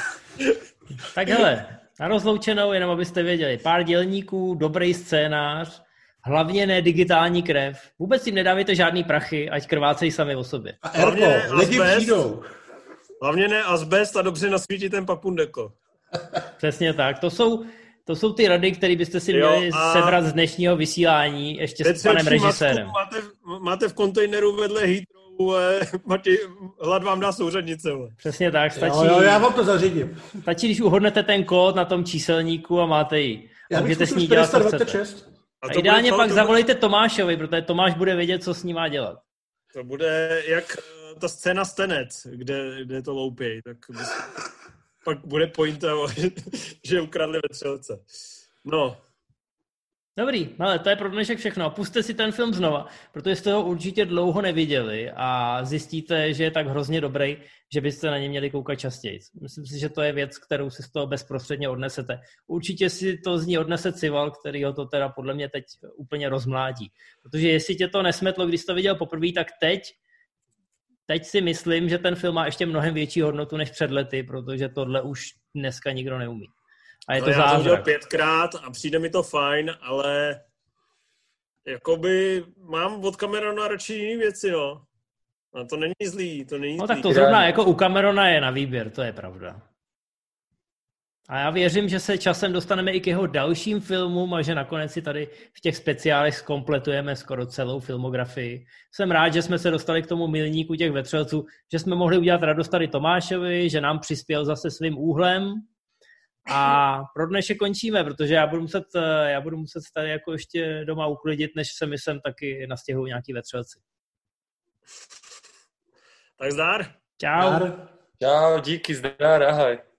Tak hele, na rozloučenou, jenom abyste věděli, pár dělníků, dobrý scénář, hlavně ne digitální krev. Vůbec jim nedávajte žádný prachy, ať krvácejí sami o sobě.
A Erko, lidi přijdou.
Hlavně ne azbest a dobře nasvítit ten papundeko.
Přesně tak, to jsou... To jsou ty rady, které byste si měli jo, sebrat z dnešního vysílání ještě s panem režisérem.
Máte, máte v kontejneru vedle Heathrow, hlad vám dá souřadnice.
Přesně tak, stačí.
Jo, jo, já vám to zařídím.
Stačí, když uhodnete ten kód na tom číselníku a máte ji.
Já můžete s ní dělat, co chcete.
A, a ideálně pak to zavolejte Tomášovi, protože Tomáš bude vědět, co s ní má dělat.
To bude jak ta scéna z Tenet, kde, kde to loupěj, tak bys... pak bude pointa, že ukradli vetřelce. No.
Dobrý, ale to je pro dnešek všechno. Pusťte si ten film znova, protože jste ho určitě dlouho neviděli a zjistíte, že je tak hrozně dobrý, že byste na ně měli koukat častěji. Myslím si, že to je věc, kterou si z toho bezprostředně odnesete. Určitě si to z ní odnese Cival, který ho to teda podle mě teď úplně rozmládí. Protože jestli tě to nesmetlo, když jsi to viděl poprvé, tak teď Teď si myslím, že ten film má ještě mnohem větší hodnotu než před lety, protože tohle už dneska nikdo neumí. A je
no,
to
já
zázrak.
jsem dělal pětkrát a přijde mi to fajn, ale jakoby mám od Camerona radši jiný věci, no. A to není zlý, to není
No
zlý.
tak to zrovna jako u Camerona je na výběr, to je pravda. A já věřím, že se časem dostaneme i k jeho dalším filmům a že nakonec si tady v těch speciálech zkompletujeme skoro celou filmografii. Jsem rád, že jsme se dostali k tomu milníku těch vetřelců, že jsme mohli udělat radost tady Tomášovi, že nám přispěl zase svým úhlem. A pro dnešek končíme, protože já budu muset, já budu muset tady jako ještě doma uklidit, než se mi sem taky nastěhují nějaký vetřelci.
Tak zdar.
Čau.
Zdar.
Čau, díky, zdar, ahoj.